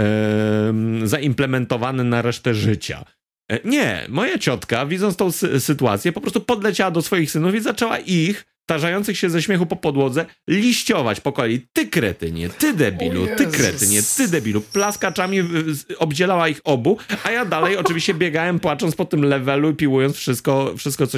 zaimplementowane na resztę życia. Nie, moja ciotka, widząc tą sytuację, po prostu podleciała do swoich synów i zaczęła ich, tarzających się ze śmiechu po podłodze, liściować po kolei. Ty kretynie, ty debilu, ty kretynie, ty debilu. Plaskaczami obdzielała ich obu, a ja dalej oczywiście biegałem, płacząc po tym levelu i piłując wszystko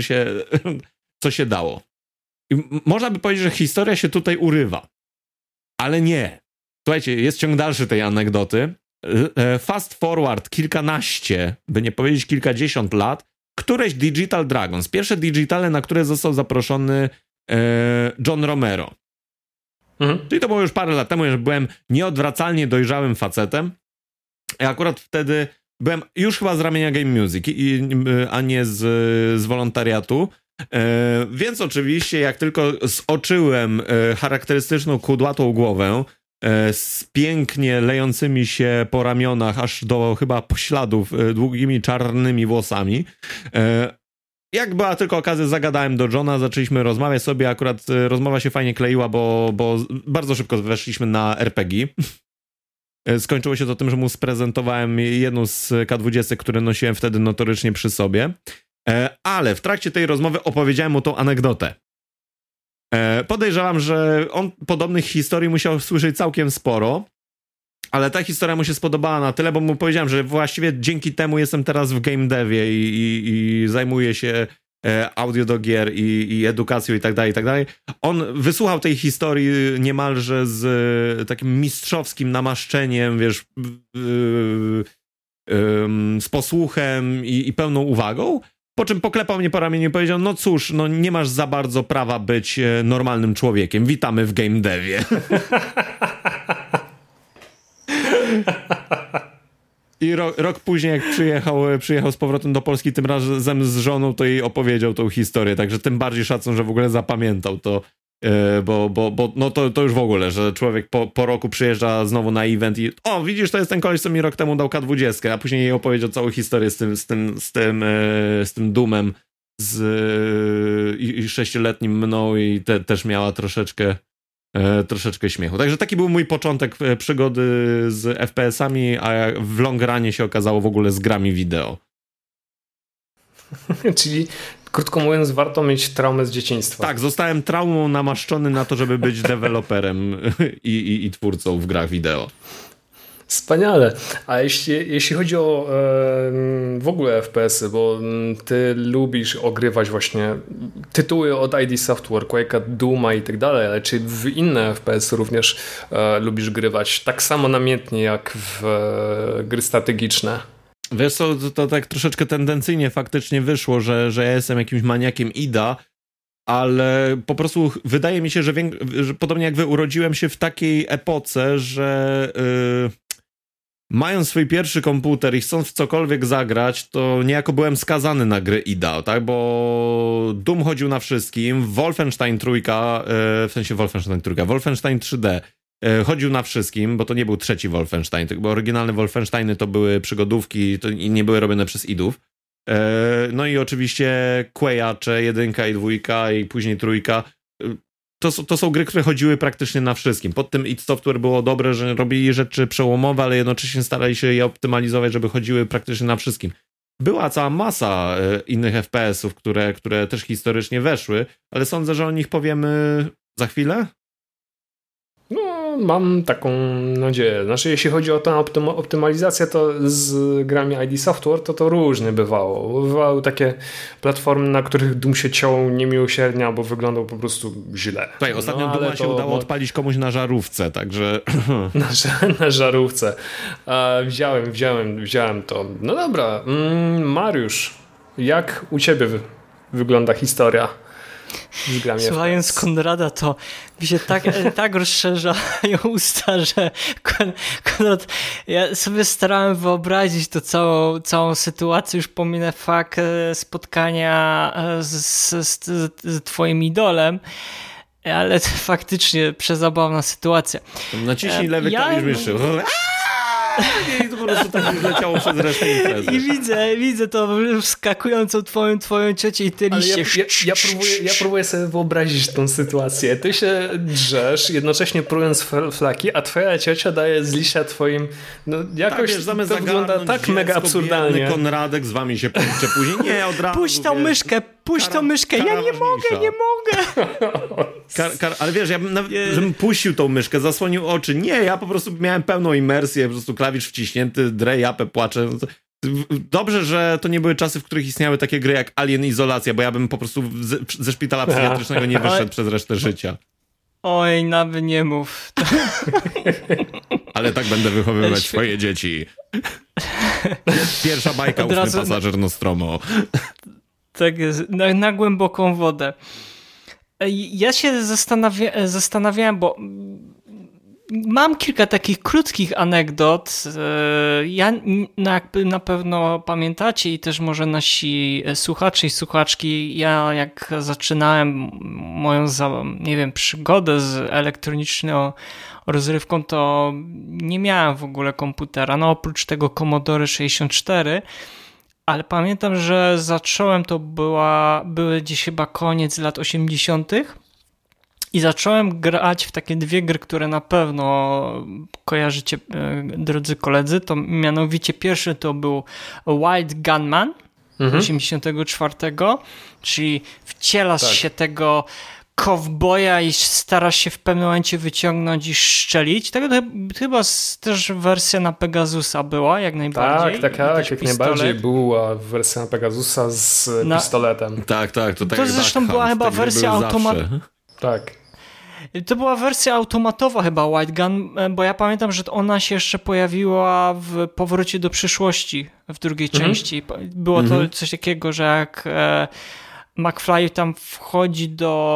co się dało. I można by powiedzieć, że historia się tutaj urywa. Ale nie. Słuchajcie, jest ciąg dalszy tej anegdoty. Fast forward kilkanaście, by nie powiedzieć kilkadziesiąt lat, któreś Digital Dragons, pierwsze digitale, na które został zaproszony John Romero. Czyli to było już parę lat temu, że byłem nieodwracalnie dojrzałym facetem. I akurat wtedy byłem już chyba z ramienia Game Music, a nie z wolontariatu. Więc oczywiście jak tylko zoczyłem charakterystyczną kudłatą głowę z pięknie lejącymi się po ramionach aż do chyba pośladów długimi czarnymi włosami, jak była tylko okazja, zagadałem do Johna, zaczęliśmy rozmawiać sobie, akurat rozmowa się fajnie kleiła, bo bardzo szybko weszliśmy na RPG. Skończyło się to tym, że mu sprezentowałem jedną z K20, które nosiłem wtedy notorycznie przy sobie. Ale w trakcie tej rozmowy opowiedziałem mu tą anegdotę. Podejrzewam, że on podobnych historii musiał słyszeć całkiem sporo, ale ta historia mu się spodobała na tyle, bo mu powiedziałem, że właściwie dzięki temu jestem teraz w game devie i zajmuję się audio do gier i edukacją i tak dalej. On wysłuchał tej historii niemalże z takim mistrzowskim namaszczeniem, wiesz, z posłuchem i pełną uwagą. Po czym poklepał mnie po ramieniu i powiedział, no cóż, no nie masz za bardzo prawa być normalnym człowiekiem. Witamy w game devie. I rok później, jak przyjechał z powrotem do Polski, tym razem z żoną, to jej opowiedział tą historię. Także tym bardziej szacun, że w ogóle zapamiętał to. Bo no to już w ogóle, że człowiek po roku przyjeżdża znowu na event i o, widzisz, to jest ten koleś, co mi rok temu dał K20, a później jej opowiedział całą historię z tym Doomem i 6-letnim mną i też miała troszeczkę śmiechu. Także taki był mój początek przygody z FPS-ami, a w long runie się okazało w ogóle z grami wideo. Czyli krótko mówiąc, warto mieć traumę z dzieciństwa. Tak, zostałem traumą namaszczony na to, żeby być deweloperem i twórcą w grach wideo. Wspaniale. A jeśli chodzi o w ogóle FPS-y, bo ty lubisz ogrywać właśnie tytuły od ID Software, Quake'a, Dooma i tak dalej, ale czy w inne FPS-y również lubisz grywać tak samo namiętnie jak w gry strategiczne? Wiesz co, to tak troszeczkę tendencyjnie faktycznie wyszło, że ja jestem jakimś maniakiem IDA, ale po prostu wydaje mi się, że podobnie jak wy, urodziłem się w takiej epoce, że mając swój pierwszy komputer i chcąc w cokolwiek zagrać, to niejako byłem skazany na gry IDA, tak? Bo Doom chodził na wszystkim, Wolfenstein 3, Wolfenstein 3D chodził na wszystkim, bo to nie był trzeci Wolfenstein, bo oryginalne Wolfensteiny to były przygodówki i nie były robione przez idów. No i oczywiście Quake'acze, 1 i 2 i później 3. To są gry, które chodziły praktycznie na wszystkim. Pod tym id Software było dobre, że robili rzeczy przełomowe, ale jednocześnie starali się je optymalizować, żeby chodziły praktycznie na wszystkim. Była cała masa innych FPS-ów, które też historycznie weszły, ale sądzę, że o nich powiemy za chwilę. No, mam taką nadzieję. Znaczy, jeśli chodzi o tę optymalizację, to z grami ID Software to różnie bywało. Bywały takie platformy, na których Doom się ciął niemiłosiernie, albo wyglądał po prostu źle. Tutaj ostatnio Dooma się udało odpalić komuś na żarówce, także... Na żarówce. Wziąłem to. No dobra, Mariusz, jak u ciebie wygląda historia z grami? Słuchając Konrada, to mi się tak rozszerzają usta, że Konrad, ja sobie starałem wyobrazić to całą sytuację, już pominę fakt spotkania z twoim idolem, ale to faktycznie przezabawna sytuacja. Naciśnij lewy klawisz myszy. I to po prostu tak już leciało przez resztę imprezy. I widzę to wskakującą twoją ciocię i ty liście. Ja próbuję sobie wyobrazić tą sytuację. Ty się drzesz, jednocześnie prując flaki, a twoja ciocia daje z liścia twoim... No jakoś tak, wiesz, zamiast to wygląda tak dziecko, mega absurdalnie. Konradek z wami się pójdzie później. Nie, od razu. Puść tą myszkę. Ja nie mogę. Ale wiesz, ja bym żebym puścił tą myszkę, zasłonił oczy. Nie, ja po prostu miałem pełną imersję, po prostu klawisz wciśnięty, drę, japę, płaczę. Dobrze, że to nie były czasy, w których istniały takie gry jak Alien Izolacja, bo ja bym po prostu ze szpitala psychiatrycznego nie wyszedł przez resztę życia. Oj, nawet nie mów. Ale tak będę wychowywać swoje dzieci. Pierwsza bajka, ósmy pasażer Nostromo. Tak jest, na głęboką wodę. Ja się zastanawiałem, bo mam kilka takich krótkich anegdot. Jakby na pewno pamiętacie i też może nasi słuchacze i słuchaczki, ja jak zaczynałem moją, przygodę z elektroniczną rozrywką, to nie miałem w ogóle komputera, no oprócz tego Commodore 64, ale pamiętam, że zacząłem, były gdzieś chyba koniec lat 80. i zacząłem grać w takie dwie gry, które na pewno kojarzycie, drodzy koledzy. To mianowicie pierwszy to był Wild Gunman 84, czyli wcielasz się tego kowboja i starasz się w pewnym momencie wyciągnąć i strzelić. Tego chyba też wersja na Pegasusa była, jak najbardziej. Tak, jak najbardziej była wersja na Pegasusa z pistoletem. Tak. To zresztą była chyba wersja automatowa. Tak. To była wersja automatowa chyba White Gun, bo ja pamiętam, że ona się jeszcze pojawiła w Powrocie do przyszłości w drugiej części. Było to coś takiego, że jak McFly tam wchodzi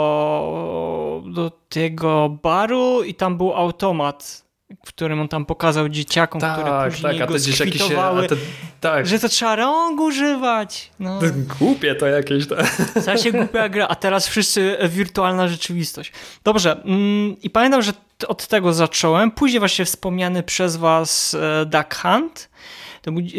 do tego baru i tam był automat, w którym on tam pokazał dzieciakom, które później go skwitowały, że to trzeba rąk używać. No. Głupie to jakieś. Strasznie głupia gra, a teraz wszyscy wirtualna rzeczywistość. Dobrze, i pamiętam, że od tego zacząłem. Później właśnie wspomniany przez was Duck Hunt. To był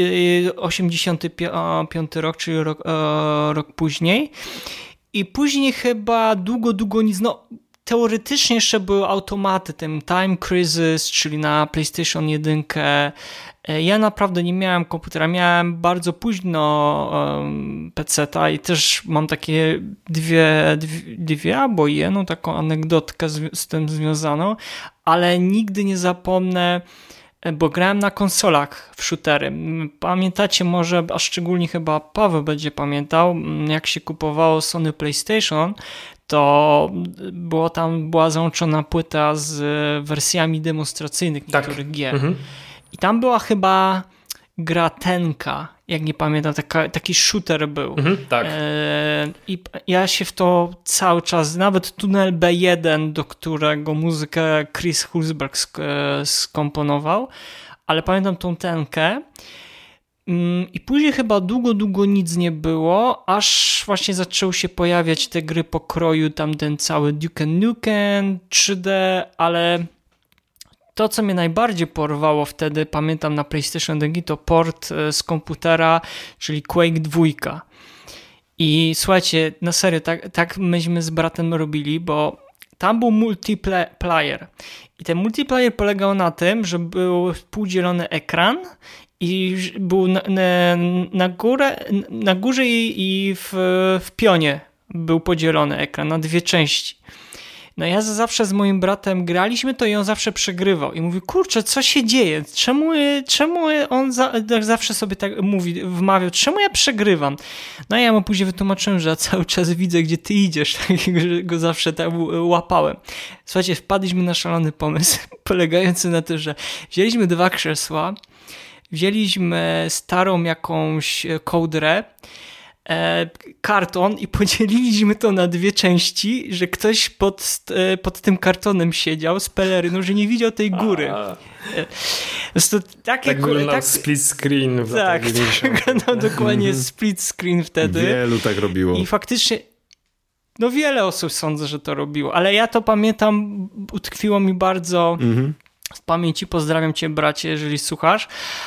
85 rok, czyli rok później. I później chyba długo nic. No, teoretycznie jeszcze były automaty, ten Time Crisis, czyli na PlayStation 1. Ja naprawdę nie miałem komputera, miałem bardzo późno PC-ta i też mam takie dwie albo jedną taką anegdotkę z tym związaną, ale nigdy nie zapomnę, bo grałem na konsolach w shootery. Pamiętacie może, a szczególnie chyba Paweł będzie pamiętał, jak się kupowało Sony PlayStation, to była załączona płyta z wersjami demonstracyjnych niektórych gier. I tam była chyba gra Tenka, jak nie pamiętam, taki shooter był. Tak. I ja się w to cały czas, nawet tunel B1, do którego muzykę Chris Hulsberg skomponował, ale pamiętam tą Tenkę. I później chyba długo nic nie było, aż właśnie zaczęły się pojawiać te gry pokroju, tam ten cały Duke Nukem 3D, ale to, co mnie najbardziej porwało wtedy, pamiętam na PlayStation 1, to port z komputera, czyli Quake 2. I słuchajcie, na serio, tak myśmy z bratem robili, bo tam był multiplayer. I ten multiplayer polegał na tym, że był współdzielony ekran i był na górze i w pionie był podzielony ekran na dwie części. No ja zawsze z moim bratem graliśmy to i on zawsze przegrywał. I mówi, kurczę, co się dzieje? Czemu on zawsze sobie tak mówi, wmawiał, czemu ja przegrywam? No ja mu później wytłumaczyłem, że ja cały czas widzę, gdzie ty idziesz, że go zawsze tak łapałem. Słuchajcie, wpadliśmy na szalony pomysł, polegający na tym, że wzięliśmy 2 krzesła, wzięliśmy starą jakąś kołdrę, karton i podzieliliśmy to na 2 części, że ktoś pod tym kartonem siedział z peleryną, że nie widział tej góry. To takie, tak wyglądał split screen w latach 90. Tak, dokładnie split screen wtedy. Wielu tak robiło. I faktycznie wiele osób sądzę, że to robiło, ale ja to pamiętam, utkwiło mi bardzo w pamięci. Pozdrawiam cię, bracie, jeżeli słuchasz.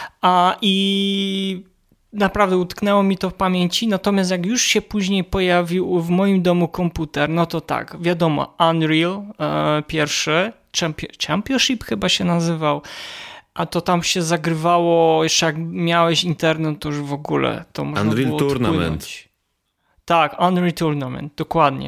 I naprawdę utknęło mi to w pamięci, natomiast jak już się później pojawił w moim domu komputer, no to tak, wiadomo, Unreal pierwszy, Championship chyba się nazywał, a to tam się zagrywało, jeszcze jak miałeś internet, to już w ogóle to można Unreal było Tournament. odpłynąć. Tak, Unreal Tournament, dokładnie.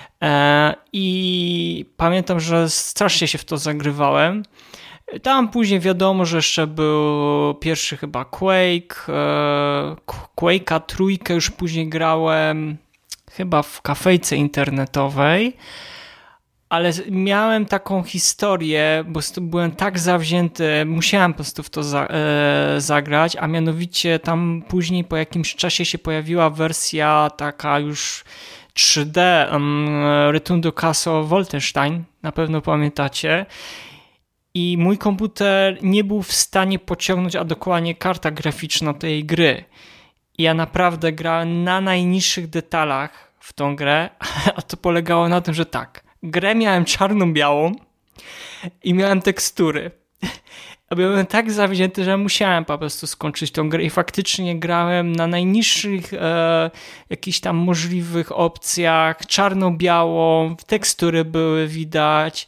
I pamiętam, że strasznie się w to zagrywałem. Tam później wiadomo, że jeszcze był pierwszy chyba Quake, Quake'a 3 już później grałem chyba w kafejce internetowej, ale miałem taką historię, bo byłem tak zawzięty, musiałem po prostu w to zagrać, a mianowicie tam później po jakimś czasie się pojawiła wersja taka już 3D Return to Castle Wolfenstein, na pewno pamiętacie. I mój komputer nie był w stanie pociągnąć, a dokładnie karta graficzna tej gry. I ja naprawdę grałem na najniższych detalach w tą grę, a to polegało na tym, że tak, grę miałem czarno-białą i miałem tekstury. A byłem tak zawzięty, że musiałem po prostu skończyć tą grę i faktycznie grałem na najniższych jakichś tam możliwych opcjach, czarno-białą, tekstury były widać.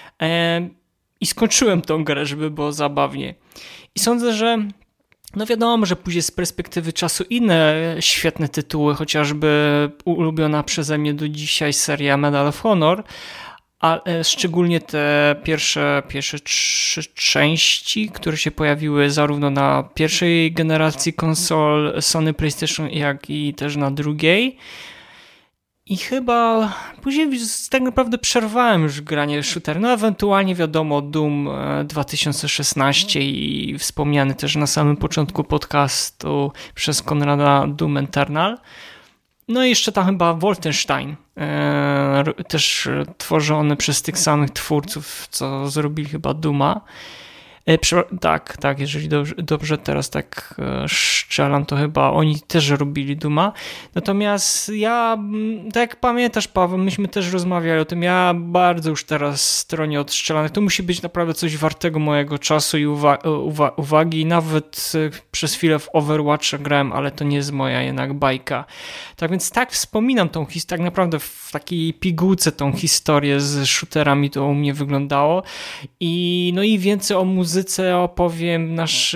I skończyłem tą grę, żeby było zabawnie. I sądzę, że no wiadomo, że później z perspektywy czasu inne świetne tytuły, chociażby ulubiona przeze mnie do dzisiaj seria Medal of Honor, a szczególnie te pierwsze 3 części, które się pojawiły zarówno na pierwszej generacji konsol Sony PlayStation, jak i też na drugiej. I chyba później tak naprawdę przerwałem już granie shooter. No ewentualnie wiadomo Doom 2016 i wspomniany też na samym początku podcastu przez Konrada Doom Eternal. No i jeszcze tam chyba Wolfenstein, też tworzony przez tych samych twórców, co zrobili chyba Dooma. Tak, jeżeli dobrze teraz tak strzelam, to chyba oni też robili Dooma. Natomiast ja, tak jak pamiętasz, Paweł, myśmy też rozmawiali o tym, ja bardzo już teraz stronie od strzelanych. To musi być naprawdę coś wartego mojego czasu i uwagi. Nawet przez chwilę w Overwatcha grałem, ale to nie jest moja jednak bajka. Tak więc tak wspominam tą historię, tak naprawdę w takiej pigułce tą historię z shooterami to u mnie wyglądało. I więcej o muzyce opowiem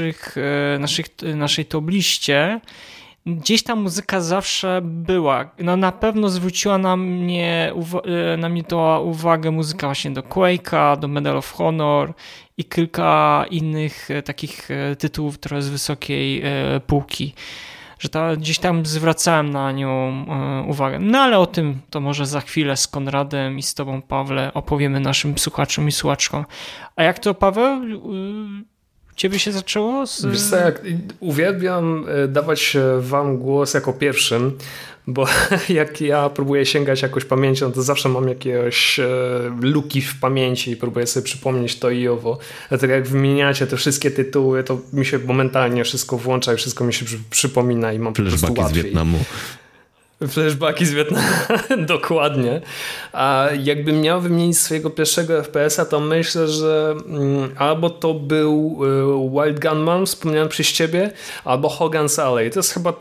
naszej top-liście. Gdzieś ta muzyka zawsze była. No na pewno zwróciła na mnie to uwagę muzyka właśnie do Quake'a, do Medal of Honor i kilka innych takich tytułów trochę z wysokiej półki. Że gdzieś tam zwracałem na nią uwagę. No ale o tym to może za chwilę z Konradem i z tobą, Pawle, opowiemy naszym słuchaczom i słuchaczkom. A jak to, Paweł, ciebie się zaczęło? Wiesz co, uwielbiam dawać wam głos jako pierwszym, bo jak ja próbuję sięgać jakoś pamięcią, to zawsze mam jakieś luki w pamięci i próbuję sobie przypomnieć to i owo. Dlatego jak wymieniacie te wszystkie tytuły, to mi się momentalnie wszystko włącza i wszystko mi się przypomina i mam po prostu łatwiej. Z Wietnamu. Flashbacki z Wietnamu, dokładnie. A jakbym miał wymienić swojego pierwszego FPS-a, to myślę, że albo to był Wild Gunman, wspomniałem przez ciebie, albo Hogan's Alley. To jest chyba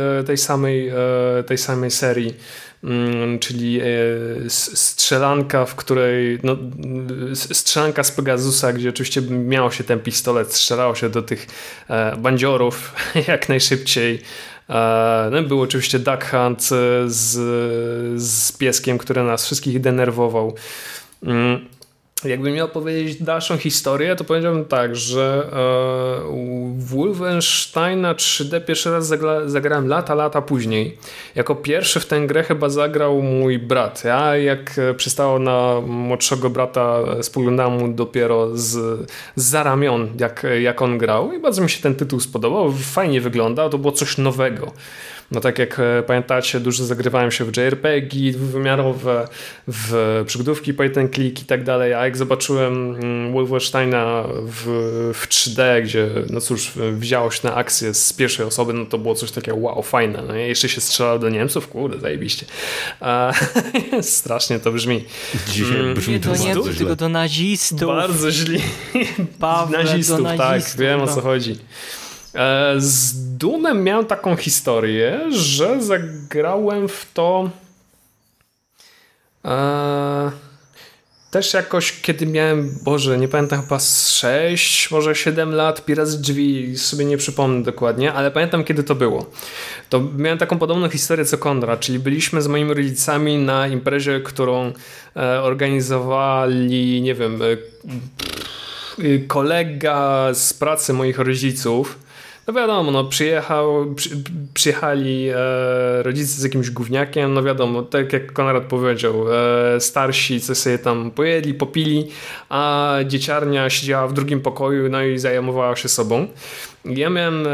tej samej serii, czyli strzelanka, w której strzelanka z Pegasusa, gdzie oczywiście miało się ten pistolet, strzelało się do tych bandziorów jak najszybciej. No, był oczywiście Duck Hunt z pieskiem, który nas wszystkich denerwował. Jakbym miał powiedzieć dalszą historię, to powiedziałbym tak, że Wolfensteina 3D pierwszy raz zagrałem lata później. Jako pierwszy w tę grę chyba zagrał mój brat. Ja jak przystało na młodszego brata, spoglądałem mu dopiero za ramion, jak on grał i bardzo mi się ten tytuł spodobał. Fajnie wygląda, to było coś nowego. No tak jak pamiętacie, dużo zagrywałem się w JRPG dwuwymiarowe, w przygodówki point and click i tak dalej, a jak zobaczyłem Wolfensteina w 3D, gdzie no cóż, wzięło się na akcję z pierwszej osoby, no to było coś takiego wow, fajne. No i jeszcze się strzelało do Niemców, kurde, zajebiście. Strasznie to brzmi. Dzisiaj brzmi to nie do Niemców, tylko do nazistów. Bardzo źli. Nazistów, tak, wiem o co chodzi. Z Doomem miałem taką historię, że zagrałem w to też jakoś, kiedy miałem, Boże, nie pamiętam, chyba 6, może 7 lat, Pirat z drzwi, sobie nie przypomnę dokładnie, ale pamiętam, kiedy to było. To miałem taką podobną historię co Konrad, czyli byliśmy z moimi rodzicami na imprezie, którą organizowali, nie wiem, kolega z pracy moich rodziców. No wiadomo, no przyjechali rodzice z jakimś gówniakiem, no wiadomo, tak jak Konrad powiedział, starsi coś sobie tam pojedli, popili, a dzieciarnia siedziała w drugim pokoju, no i zajmowała się sobą. Ja miałem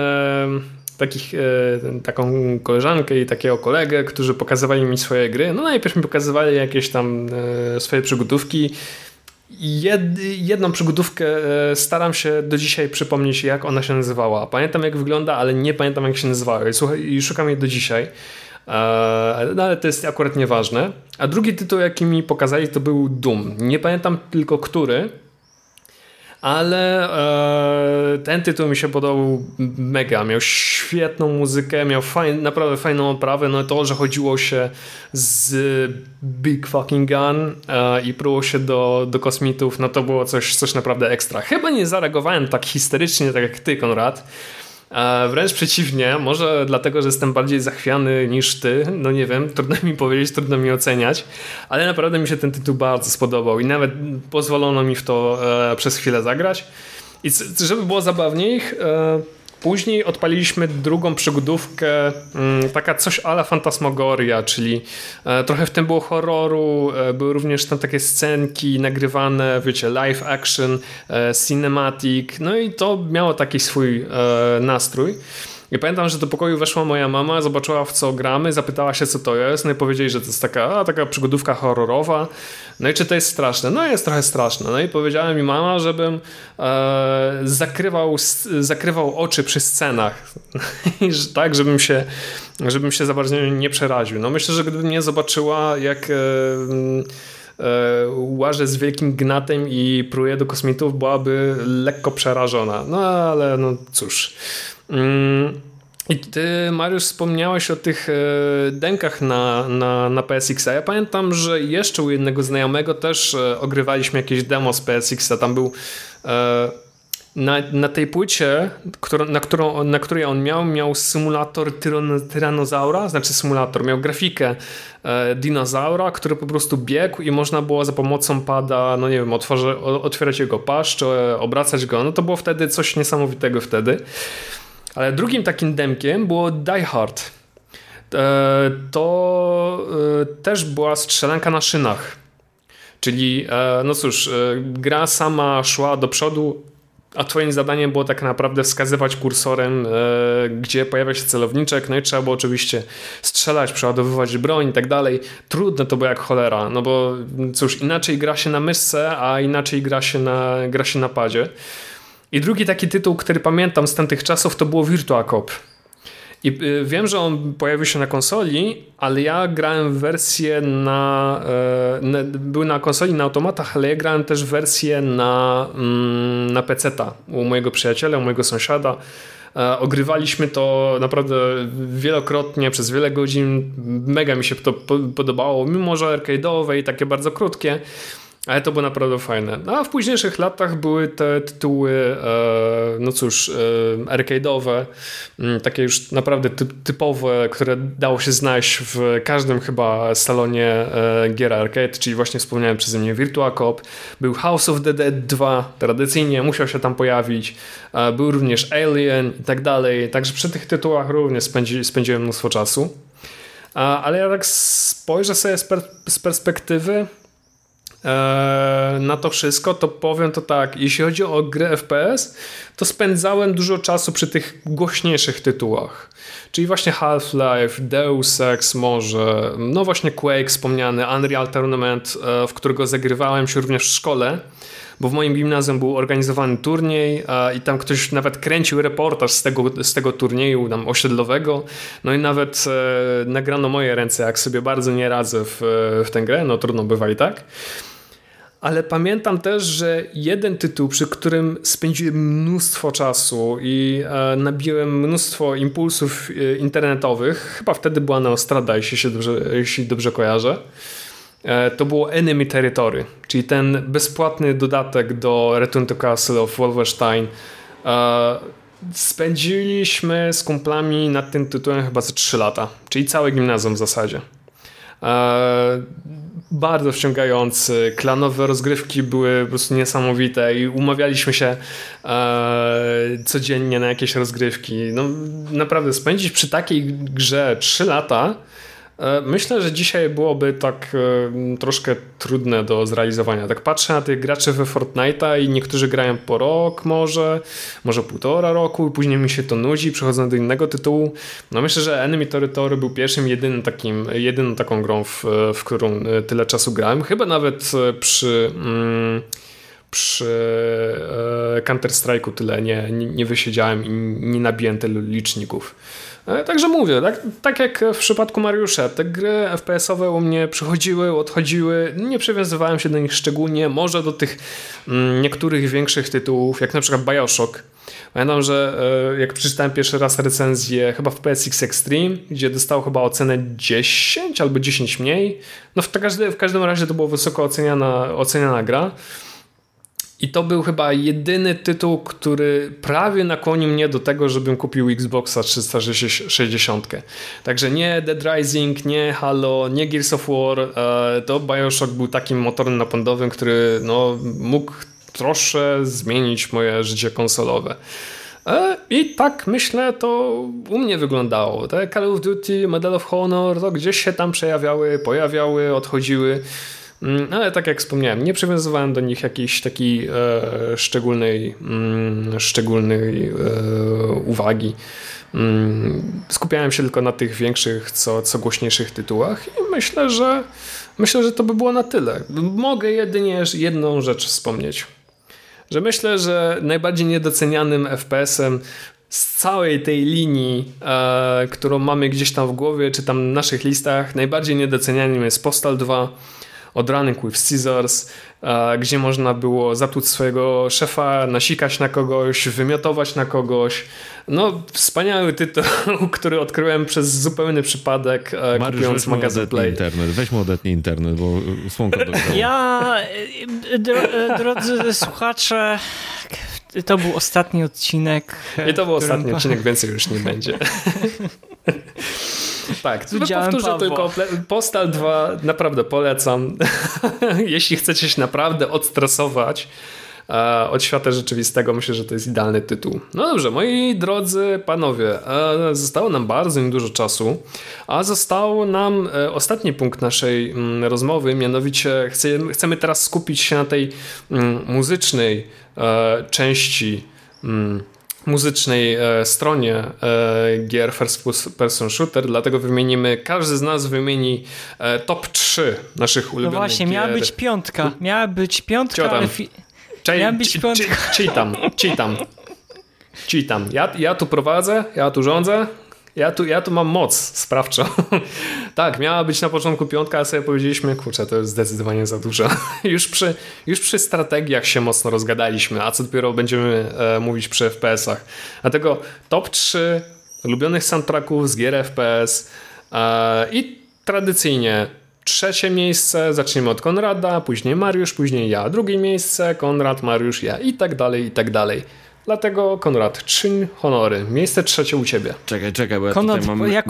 taką koleżankę i takiego kolegę, którzy pokazywali mi swoje gry. No najpierw mi pokazywali jakieś tam swoje przygodówki. Jedną przygodówkę staram się do dzisiaj przypomnieć, jak ona się nazywała. Pamiętam, jak wygląda, ale nie pamiętam, jak się nazywała. I szukam jej do dzisiaj. No ale to jest akurat nieważne. A drugi tytuł, jaki mi pokazali, to był Doom. Nie pamiętam tylko który, ale ten tytuł mi się podobał mega. Miał świetną muzykę, miał naprawdę fajną oprawę. No to, że chodziło się z Big Fucking Gun i pruło się do kosmitów, no to było coś naprawdę ekstra. Chyba nie zareagowałem tak histerycznie, tak jak ty, Konrad. Wręcz przeciwnie, może dlatego, że jestem bardziej zachwiany niż ty, no nie wiem, trudno mi powiedzieć, trudno mi oceniać, ale naprawdę mi się ten tytuł bardzo spodobał i nawet pozwolono mi w to przez chwilę zagrać. I żeby było zabawniej, później odpaliliśmy drugą przygodówkę, taka coś a la Fantasmagoria, czyli trochę w tym było horroru, były również tam takie scenki nagrywane, wiecie, live action, cinematic, no i to miało taki swój nastrój. I pamiętam, że do pokoju weszła moja mama, zobaczyła, w co gramy, zapytała się, co to jest, no i powiedzieli, że to jest taka przygodówka horrorowa. No i czy to jest straszne? No jest trochę straszne. No i powiedziała mi mama, żebym zakrywał oczy przy scenach. Tak, żebym się za bardzo nie przeraził. No myślę, że gdyby mnie zobaczyła, jak łażę z wielkim gnatem i pruję do kosmitów, byłaby lekko przerażona. No ale no cóż. I ty, Mariusz, wspomniałeś o tych demkach na PSX-a. Ja pamiętam, że jeszcze u jednego znajomego też ogrywaliśmy jakieś demo z PSX-a. Tam był na tej płycie, na której on miał symulator tyranozaura, znaczy symulator, miał grafikę dinozaura, który po prostu biegł i można było za pomocą pada, no nie wiem, otwierać jego paszcz, obracać go. No to było wtedy coś niesamowitego wtedy. Ale drugim takim demkiem było Die Hard. To też była strzelanka na szynach. Czyli, no cóż, gra sama szła do przodu, a twoim zadaniem było tak naprawdę wskazywać kursorem, gdzie pojawia się celowniczek, no i trzeba było oczywiście strzelać, przeładowywać broń i tak dalej. Trudne to było jak cholera, no bo cóż, inaczej gra się na myszce, a inaczej gra się na padzie. I drugi taki tytuł, który pamiętam z tamtych czasów, to było Virtua Cop. I wiem, że on pojawił się na konsoli, ale ja grałem w wersję był na konsoli, na automatach, ale ja grałem też wersję na PC-ta u mojego przyjaciela, u mojego sąsiada. Ogrywaliśmy to naprawdę wielokrotnie, przez wiele godzin. Mega mi się to podobało, mimo że arcade'owe i takie bardzo krótkie. Ale to było naprawdę fajne. A w późniejszych latach były te tytuły, no cóż, arcade'owe, takie już naprawdę typowe, które dało się znaleźć w każdym chyba salonie gier arcade, czyli właśnie wspomniałem przeze mnie Virtua Cop, był House of the Dead 2, tradycyjnie musiał się tam pojawić, był również Alien i tak dalej, także przy tych tytułach również spędziłem mnóstwo czasu. Ale ja tak spojrzę sobie z perspektywy na to wszystko, to powiem to tak, jeśli chodzi o gry FPS, to spędzałem dużo czasu przy tych głośniejszych tytułach, czyli właśnie Half-Life, Deus Ex może, no właśnie Quake wspomniany, Unreal Tournament, w którego zagrywałem się również w szkole, bo w moim gimnazjum był organizowany turniej i tam ktoś nawet kręcił reportaż z tego turnieju tam osiedlowego, no i nawet nagrano moje ręce, jak sobie bardzo nie radzę w tę grę, no trudno bywa i tak. Ale pamiętam też, że jeden tytuł, przy którym spędziłem mnóstwo czasu i nabiłem mnóstwo impulsów internetowych, chyba wtedy była Neostrada, jeśli dobrze kojarzę, to było Enemy Territory, czyli ten bezpłatny dodatek do Return to Castle of Wolfenstein. Spędziliśmy z kumplami nad tym tytułem chyba ze 3 lata, czyli całe gimnazjum w zasadzie. Bardzo wciągający, klanowe rozgrywki były po prostu niesamowite i umawialiśmy się codziennie na jakieś rozgrywki. No, naprawdę spędzić przy takiej grze 3 lata, myślę, że dzisiaj byłoby tak troszkę trudne do zrealizowania. Tak patrzę na tych graczy we Fortnite'a i niektórzy grają po rok może 1,5 roku i później mi się to nudzi, przechodzą do innego tytułu. No myślę, że Enemy Territory był pierwszym, jedyną taką grą, w którą tyle czasu grałem. Chyba nawet przy Counter-Strike'u tyle nie wysiedziałem i nie nabiłem tylu liczników. Także mówię, tak jak w przypadku Mariusza, te gry FPS-owe u mnie przychodziły, odchodziły, nie przywiązywałem się do nich szczególnie, może do tych niektórych większych tytułów, jak na przykład BioShock. Pamiętam, że jak przeczytałem pierwszy raz recenzję chyba w PSX Extreme, gdzie dostał chyba ocenę 10 albo 10 mniej, no w każdym razie to była wysoko oceniana gra. I to był chyba jedyny tytuł, który prawie nakłonił mnie do tego, żebym kupił Xboxa 360. Także nie Dead Rising, nie Halo, nie Gears of War. To BioShock był takim motorem napędowym, który no, mógł troszkę zmienić moje życie konsolowe. I tak myślę, to u mnie wyglądało. Te Call of Duty, Medal of Honor, to gdzieś się tam pojawiały, odchodziły. Ale tak jak wspomniałem, nie przywiązywałem do nich jakiejś takiej szczególnej uwagi. Skupiałem się tylko na tych większych, co głośniejszych tytułach i myślę, że to by było na tyle. Mogę jedynie jedną rzecz wspomnieć. Że myślę, że najbardziej niedocenianym FPS-em z całej tej linii, którą mamy gdzieś tam w głowie, czy tam w naszych listach, najbardziej niedocenianym jest Postal 2 od Running with Scissors, gdzie można było zatłuc swojego szefa, nasikać na kogoś, wymiotować na kogoś. No, wspaniały tytuł, który odkryłem przez zupełny przypadek, kupując magazyn Play. Weź mu odetnij internet, bo słonko dostało. Drodzy słuchacze, to był ostatni odcinek. I to był ostatni odcinek, więcej już nie będzie. Tak, powtórzę tylko Postal 2 naprawdę polecam. Jeśli chcecie się naprawdę odstresować od świata rzeczywistego, myślę, że to jest idealny tytuł. No dobrze, moi drodzy panowie, zostało nam bardzo niedużo czasu, a został nam ostatni punkt naszej rozmowy, mianowicie chcemy teraz skupić się na tej muzycznej części muzycznej stronie gier First Person Shooter, dlatego każdy z nas wymieni top 3 naszych ulubionych gier. No właśnie, miała być piątka, ale... Cheatam. Ja tu prowadzę, ja tu rządzę, ja tu mam moc sprawczą. Tak, miała być na początku piątka, a sobie powiedzieliśmy, kurczę, to jest zdecydowanie za dużo. Już przy strategiach się mocno rozgadaliśmy, a co dopiero będziemy mówić przy FPS-ach. Dlatego top 3 ulubionych soundtracków z gier FPS i tradycyjnie trzecie miejsce, zaczniemy od Konrada, później Mariusz, później ja. Drugie miejsce, Konrad, Mariusz, ja i tak dalej, i tak dalej. Dlatego Konrad, czyń honory. Miejsce trzecie u ciebie. Czekaj, bo ja Konrad, tutaj mam...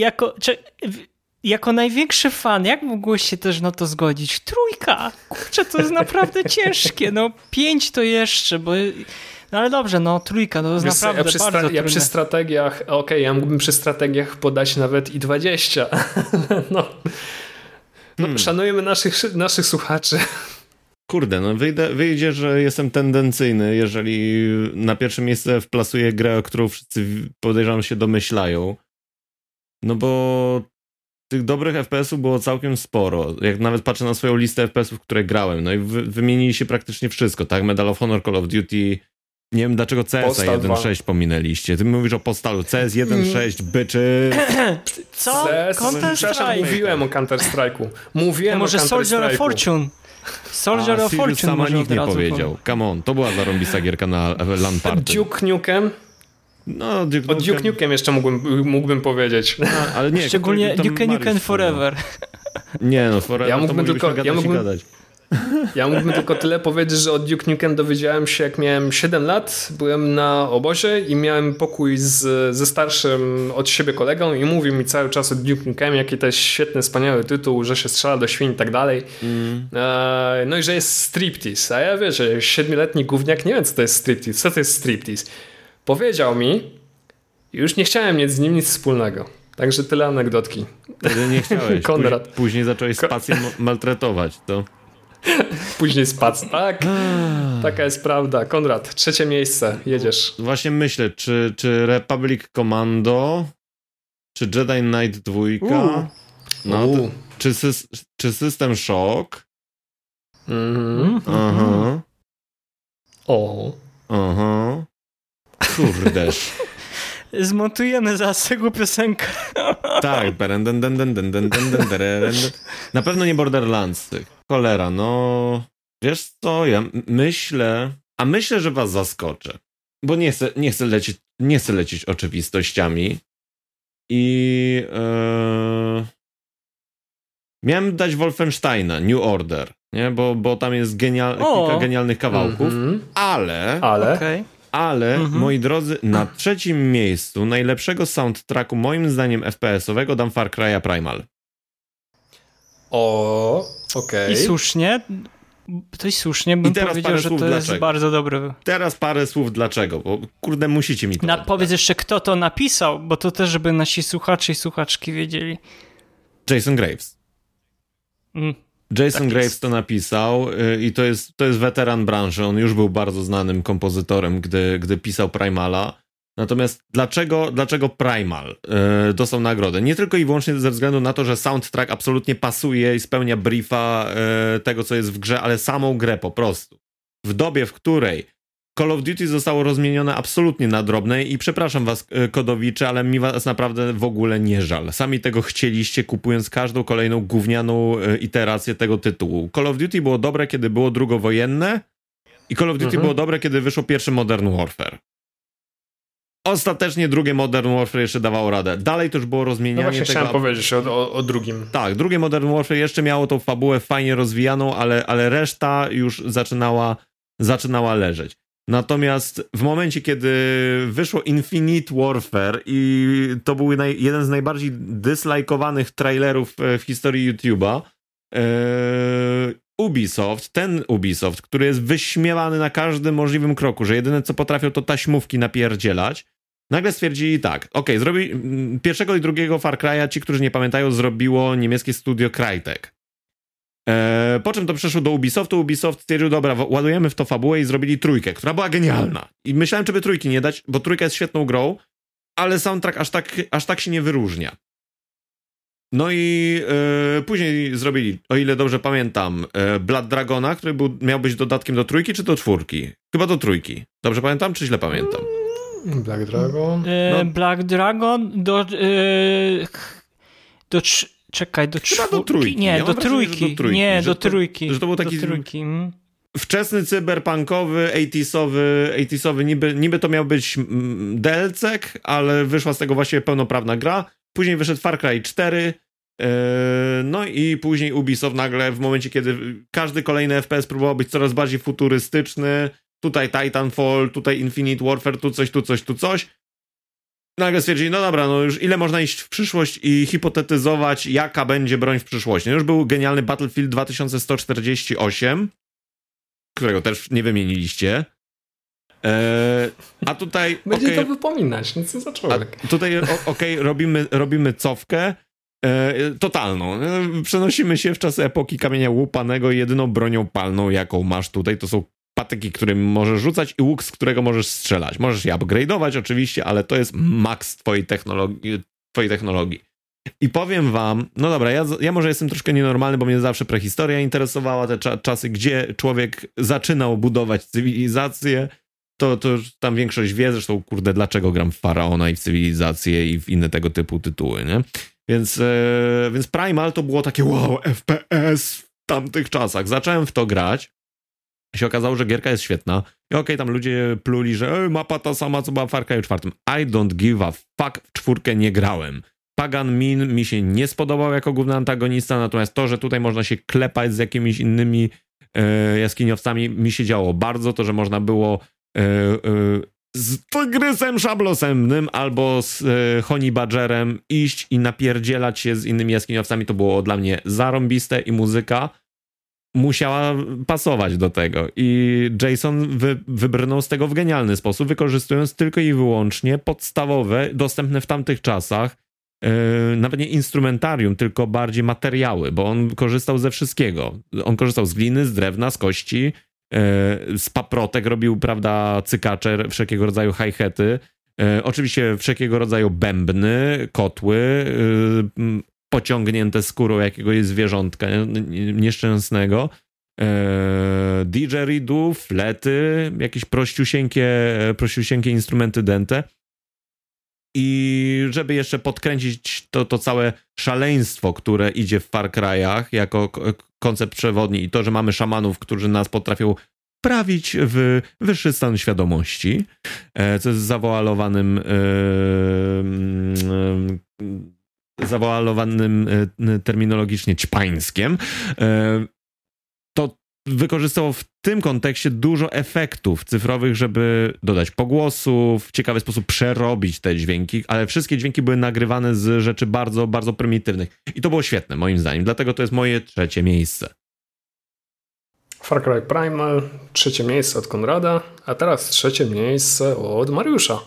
Jako największy fan, jak mogłeś się też na to zgodzić? 3! Kurczę, to jest naprawdę ciężkie. 5 to jeszcze, bo... No ale dobrze, 3 to jest naprawdę bardzo trudne. Przy strategiach, ja mógłbym przy strategiach podać nawet i 20. Szanujemy naszych słuchaczy. Kurde, wyjdzie, że jestem tendencyjny, jeżeli na pierwsze miejsce wplasuję grę, o którą wszyscy, podejrzewam, się domyślają. No bo tych dobrych FPS-ów było całkiem sporo. Jak nawet patrzę na swoją listę FPS-ów, które grałem, no i wymienili się praktycznie wszystko, tak? Medal of Honor, Call of Duty, nie wiem dlaczego CS 1.6 pominęliście. Ty mówisz o Postalu, CS 1.6, byczy... Co? Przepraszam, mówiłem o Counter-Strike'u. Może Soldier of Fortune. Soldier of Fortune sama nikt nie powiedział. Come on, to była zarąbista gierka na LAN party. Duke Nukem? No, o Duke Nukem jeszcze mógłbym powiedzieć. Ale nie, szczególnie Duke Nukem Forever. Nie Forever ja mógłbym tylko gadać. Ja mógłbym tylko tyle powiedzieć, że o Duke Nukem dowiedziałem się, jak miałem 7 lat, byłem na obozie i miałem pokój ze starszym od siebie kolegą i mówił mi cały czas o Duke Nukem, jaki to jest świetny, wspaniały tytuł, że się strzela do świń i tak dalej. No i że jest striptease. A ja wiecie, 7-letni gówniak nie wiem, co to jest striptease. Co to jest striptease? Powiedział mi i już nie chciałem mieć z nim nic wspólnego. Także tyle anegdotki. Wtedy nie chciałeś. Konrad. Później zacząłeś spację maltretować, to... Później spadł. Tak, taka jest prawda. Konrad, trzecie miejsce, jedziesz. Właśnie myślę, czy Republic Commando, czy Jedi Knight 2, czy System Shock. Aha. Aha. Kurdeż. Zmontujemy za tego piosenkę. Tak. Na pewno nie Borderlands. Cholera, wiesz co, ja myślę, że was zaskoczę. Bo nie chcę lecieć oczywistościami. I miałem dać Wolfensteina, New Order, nie? Bo tam jest kilka genialnych kawałków, ale moi drodzy, na trzecim miejscu najlepszego soundtracku, moim zdaniem FPS-owego, dam Far Cry'a Primal. I słusznie. To jest słusznie, bym powiedział, że to jest bardzo dobry. Teraz parę słów dlaczego, bo kurde, musicie mi to powiedz jeszcze, kto to napisał, bo to też, żeby nasi słuchacze i słuchaczki wiedzieli. Jason Graves. Jason Graves to napisał i to jest weteran branży. On już był bardzo znanym kompozytorem, gdy pisał Primala. Natomiast dlaczego Primal dostał nagrodę? Nie tylko i wyłącznie ze względu na to, że soundtrack absolutnie pasuje i spełnia briefa tego, co jest w grze, ale samą grę po prostu. W dobie, w której Call of Duty zostało rozmienione absolutnie na drobne i przepraszam was, kodowicze, ale mi was naprawdę w ogóle nie żal. Sami tego chcieliście, kupując każdą kolejną gównianą iterację tego tytułu. Call of Duty było dobre, kiedy było drugowojenne i Call of Duty było dobre, kiedy wyszło pierwszy Modern Warfare. Ostatecznie drugie Modern Warfare jeszcze dawało radę. Dalej to już było rozmienianie tego... chciałem powiedzieć o drugim. Tak, drugie Modern Warfare jeszcze miało tą fabułę fajnie rozwijaną, ale reszta już zaczynała leżeć. Natomiast w momencie, kiedy wyszło Infinite Warfare i to był jeden z najbardziej dyslajkowanych trailerów w historii YouTube'a, Ubisoft, który jest wyśmiewany na każdym możliwym kroku, że jedyne co potrafią to taśmówki napierdzielać, nagle stwierdzili tak, pierwszego i drugiego Far Cry'a, ci, którzy nie pamiętają, zrobiło niemieckie studio Crytek. Po czym to przeszło do Ubisoftu. Ubisoft stwierdził, dobra, ładujemy w to fabułę i zrobili trójkę, która była genialna. I myślałem, czy by trójki nie dać, bo trójka jest świetną grą, ale soundtrack aż tak się nie wyróżnia. No i później zrobili, o ile dobrze pamiętam, Blood Dragona, który miał być dodatkiem do trójki czy do czwórki? Chyba do trójki. Dobrze pamiętam, czy źle pamiętam? Black Dragon? Black Dragon Czekaj, do Chyba do trójki. Nie, do trójki. Nie, do trójki. Że to był taki wczesny cyberpunkowy, 80sowy, niby to miał być DLC-ek, ale wyszła z tego właściwie pełnoprawna gra. Później wyszedł Far Cry 4 No i później Ubisoft nagle w momencie, kiedy każdy kolejny FPS próbował być coraz bardziej futurystyczny, tutaj Titanfall, tutaj Infinite Warfare, tu coś. Nagle stwierdzili, no dobra, no już ile można iść w przyszłość i hipotetyzować, jaka będzie broń w przyszłości. No już był genialny Battlefield 2148, którego też nie wymieniliście. A tutaj... Będzie to wypominać, nic nie za człowiek. Tutaj, robimy cofkę totalną. Przenosimy się w czasy epoki kamienia łupanego i jedyną bronią palną, jaką masz tutaj, to są patyki, którym możesz rzucać i łuk, z którego możesz strzelać. Możesz je upgrade'ować oczywiście, ale to jest maks twojej technologii. I powiem wam, no dobra, ja może jestem troszkę nienormalny, bo mnie zawsze prehistoria interesowała, te czasy, gdzie człowiek zaczynał budować cywilizację, to już tam większość wie, zresztą kurde, dlaczego gram w Faraona i w Cywilizację i w inne tego typu tytuły, nie? Więc Primal to było takie wow, FPS w tamtych czasach. Zacząłem w to grać, się okazało, że gierka jest świetna i okej, tam ludzie pluli, że mapa ta sama, co była w Far Cry 4. I don't give a fuck, w 4 nie grałem. Pagan Min mi się nie spodobał jako główny antagonista, natomiast to, że tutaj można się klepać z jakimiś innymi jaskiniowcami, mi się działo bardzo. To, że można było z tygrysem szablosemnym albo z honey badgerem iść i napierdzielać się z innymi jaskiniowcami, to było dla mnie zarąbiste i muzyka musiała pasować do tego. I Jason wybrnął z tego w genialny sposób, wykorzystując tylko i wyłącznie podstawowe, dostępne w tamtych czasach, nawet nie instrumentarium, tylko bardziej materiały, bo on korzystał ze wszystkiego. On korzystał z gliny, z drewna, z kości, z paprotek robił, prawda, cykacze, wszelkiego rodzaju hi-hety, oczywiście wszelkiego rodzaju bębny, kotły, pociągnięte skórą zwierzątka nieszczęsnego, didgeridoo, flety, jakieś prościusieńkie instrumenty dęte. I żeby jeszcze podkręcić to całe szaleństwo, które idzie w Far Cry'ach jako koncept przewodni i to, że mamy szamanów, którzy nas potrafią prawić w wyższy stan świadomości, co jest zawoalowanym terminologicznie ćpańskiem, to wykorzystało w tym kontekście dużo efektów cyfrowych, żeby dodać pogłosów, w ciekawy sposób przerobić te dźwięki, ale wszystkie dźwięki były nagrywane z rzeczy bardzo, bardzo prymitywnych. I to było świetne, moim zdaniem. Dlatego to jest moje 3. miejsce. Far Cry Primal, 3. miejsce od Konrada, a teraz 3. miejsce od Mariusza.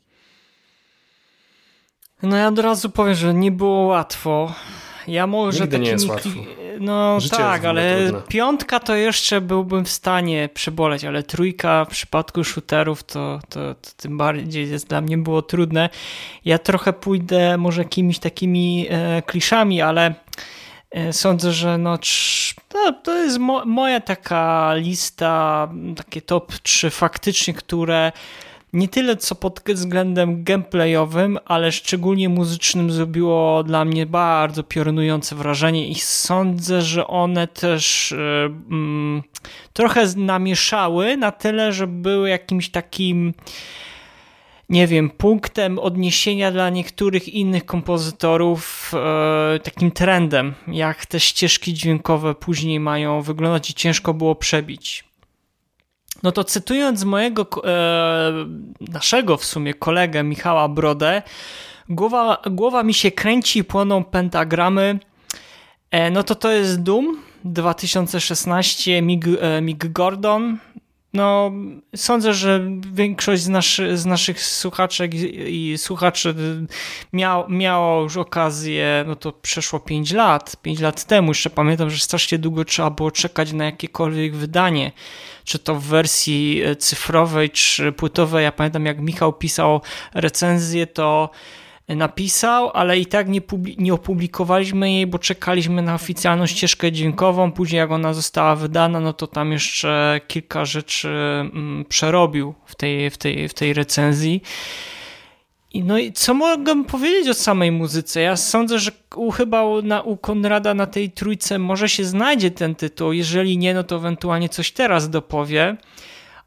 No ja od razu powiem, że nie było łatwo. Ja może nigdy nie jest łatwo. No życie tak, ale trudne. 5 to jeszcze byłbym w stanie przeboleć, ale 3 w przypadku shooterów to tym bardziej dla mnie było trudne. Ja trochę pójdę może jakimiś takimi kliszami, ale sądzę, że to jest moja taka lista, takie top 3 faktycznie, które nie tyle co pod względem gameplayowym, ale szczególnie muzycznym zrobiło dla mnie bardzo piorunujące wrażenie i sądzę, że one też trochę namieszały na tyle, że były jakimś takim, nie wiem, punktem odniesienia dla niektórych innych kompozytorów, takim trendem, jak te ścieżki dźwiękowe później mają wyglądać i ciężko było przebić. No to cytując naszego w sumie kolegę Michała Brodę, głowa mi się kręci, płoną pentagramy, no to jest Doom 2016, Mick Gordon. No, sądzę, że większość z naszych słuchaczek i słuchaczy miało już okazję, no to przeszło 5 lat temu, jeszcze pamiętam, że strasznie długo trzeba było czekać na jakiekolwiek wydanie, czy to w wersji cyfrowej, czy płytowej. Ja pamiętam, jak Michał pisał recenzję, to napisał, ale i tak nie opublikowaliśmy jej, bo czekaliśmy na oficjalną ścieżkę dźwiękową. Później jak ona została wydana, no to tam jeszcze kilka rzeczy przerobił w tej recenzji. No i co mogę powiedzieć o samej muzyce? Ja sądzę, że chyba u Konrada na tej 3 może się znajdzie ten tytuł. Jeżeli nie, no to ewentualnie coś teraz dopowie.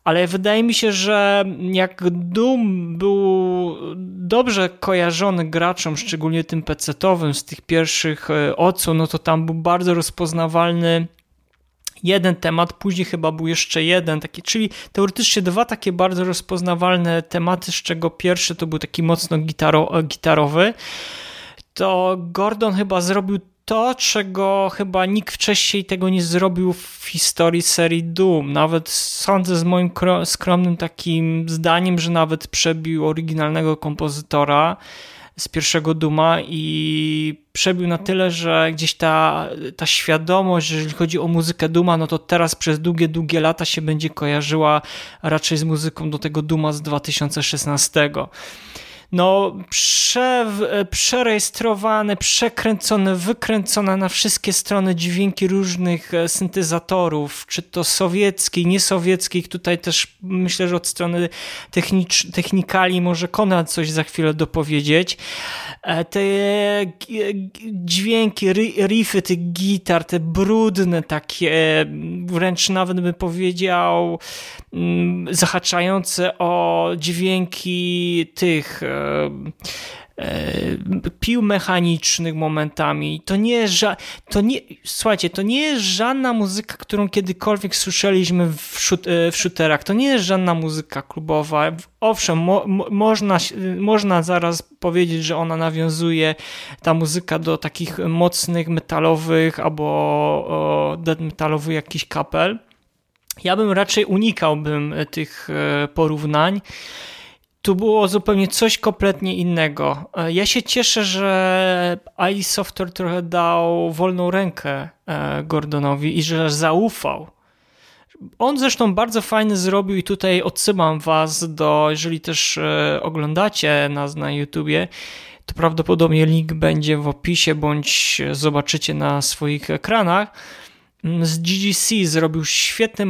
ale wydaje mi się, że jak Doom był dobrze kojarzony graczom, szczególnie tym PC-towym z tych pierwszych odsłon, no to tam był bardzo rozpoznawalny jeden temat, później chyba był jeszcze jeden taki, czyli teoretycznie dwa takie bardzo rozpoznawalne tematy, z czego pierwszy to był taki mocno gitarowy. To Gordon chyba zrobił to, czego chyba nikt wcześniej tego nie zrobił w historii serii Doom. Nawet sądzę z moim skromnym takim zdaniem, że nawet przebił oryginalnego kompozytora z pierwszego Dooma i przebił na tyle, że gdzieś ta świadomość, jeżeli chodzi o muzykę Dooma, no to teraz przez długie lata się będzie kojarzyła raczej z muzyką do tego Dooma z 2016. No przerejestrowane, przekręcone, wykręcone na wszystkie strony dźwięki różnych syntezatorów, czy to sowieckich, niesowieckich, tutaj też myślę, że od strony technikali może Konrad coś za chwilę dopowiedzieć. Te dźwięki, riffy tych gitar, te brudne takie, wręcz nawet bym powiedział zahaczające o dźwięki tych pił mechanicznych momentami. Słuchajcie, to nie jest żadna muzyka, którą kiedykolwiek słyszeliśmy w shooterach. To nie jest żadna muzyka klubowa. Owszem, można zaraz powiedzieć, że ona nawiązuje, ta muzyka, do takich mocnych metalowych albo death metalowych jakichś kapel. Ja bym raczej unikałbym tych porównań. Tu było zupełnie coś kompletnie innego. Ja się cieszę, że ID Software trochę dał wolną rękę Gordonowi i że zaufał. On zresztą bardzo fajny zrobił i tutaj odsyłam was jeżeli też oglądacie nas na YouTubie, to prawdopodobnie link będzie w opisie, bądź zobaczycie na swoich ekranach. Z GGC zrobił świetny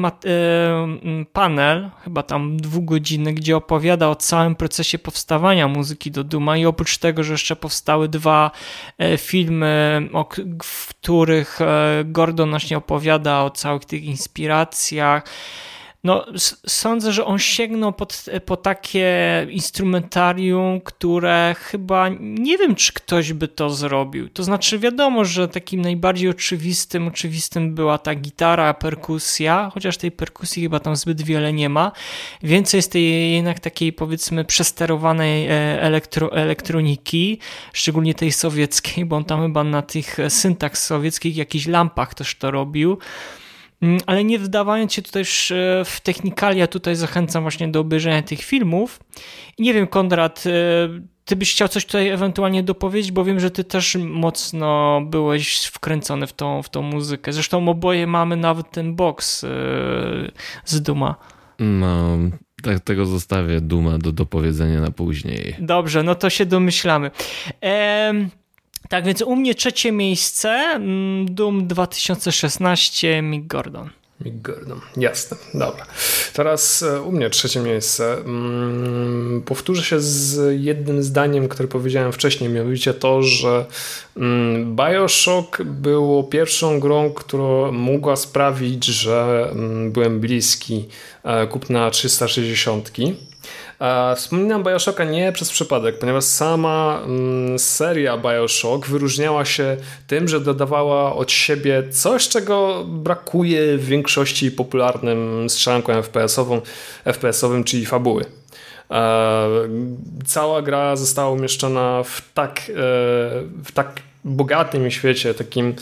panel, chyba tam 2-godzinny, gdzie opowiada o całym procesie powstawania muzyki do Dooma i oprócz tego, że jeszcze powstały 2 filmy, w których Gordon właśnie opowiada o całych tych inspiracjach. No, sądzę, że on sięgnął po takie instrumentarium, które chyba nie wiem, czy ktoś by to zrobił. To znaczy wiadomo, że takim najbardziej oczywistym była ta gitara, perkusja, chociaż tej perkusji chyba tam zbyt wiele nie ma. Więcej jest tej jednak takiej, powiedzmy, przesterowanej elektroniki, szczególnie tej sowieckiej, bo on tam chyba na tych syntach sowieckich, jakichś lampach też to robił. Ale nie wdawając się tutaj już w technikalia, tutaj zachęcam właśnie do obejrzenia tych filmów. I nie wiem, Konrad, ty byś chciał coś tutaj ewentualnie dopowiedzieć, bo wiem, że ty też mocno byłeś wkręcony w tą muzykę. Zresztą oboje mamy nawet ten box z Dooma. No, tak, tego zostawię Dooma do dopowiedzenia na później. Dobrze, no to się domyślamy. Tak więc u mnie 3. miejsce, Doom 2016, Mick Gordon. Mick Gordon, jasne, dobra. Teraz u mnie 3. miejsce. Powtórzę się z jednym zdaniem, które powiedziałem wcześniej, mianowicie to, że BioShock było pierwszą grą, która mogła sprawić, że byłem bliski kupna 360. Wspominam BioShocka nie przez przypadek, ponieważ sama seria BioShock wyróżniała się tym, że dodawała od siebie coś, czego brakuje w większości popularnym strzelankom FPS-owym, czyli fabuły. Cała gra została umieszczona w tak bogatym świecie,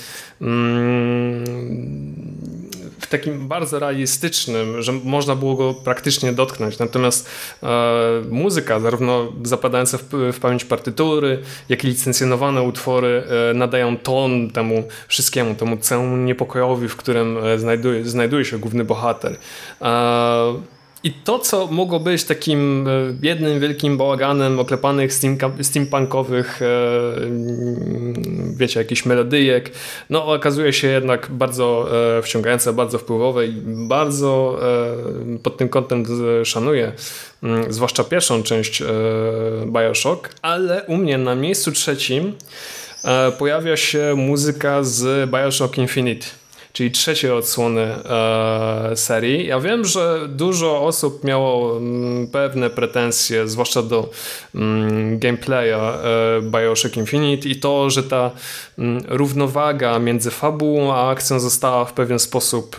w takim bardzo realistycznym, że można było go praktycznie dotknąć. Natomiast muzyka, zarówno zapadająca w pamięć partytury, jak i licencjonowane utwory nadają ton temu wszystkiemu, temu całemu niepokojowi, w którym znajduje się główny bohater. I to, co mogło być takim jednym wielkim bałaganem oklepanych steampunkowych, wiecie, jakichś melodyjek, no okazuje się jednak bardzo wciągające, bardzo wpływowe i bardzo pod tym kątem szanuję, zwłaszcza pierwszą część BioShock, ale u mnie na miejscu 3. pojawia się muzyka z BioShock Infinite. czyli trzeciej odsłony serii. Ja wiem, że dużo osób miało pewne pretensje, zwłaszcza do gameplaya BioShock Infinite i to, że ta równowaga między fabułą a akcją została w pewien sposób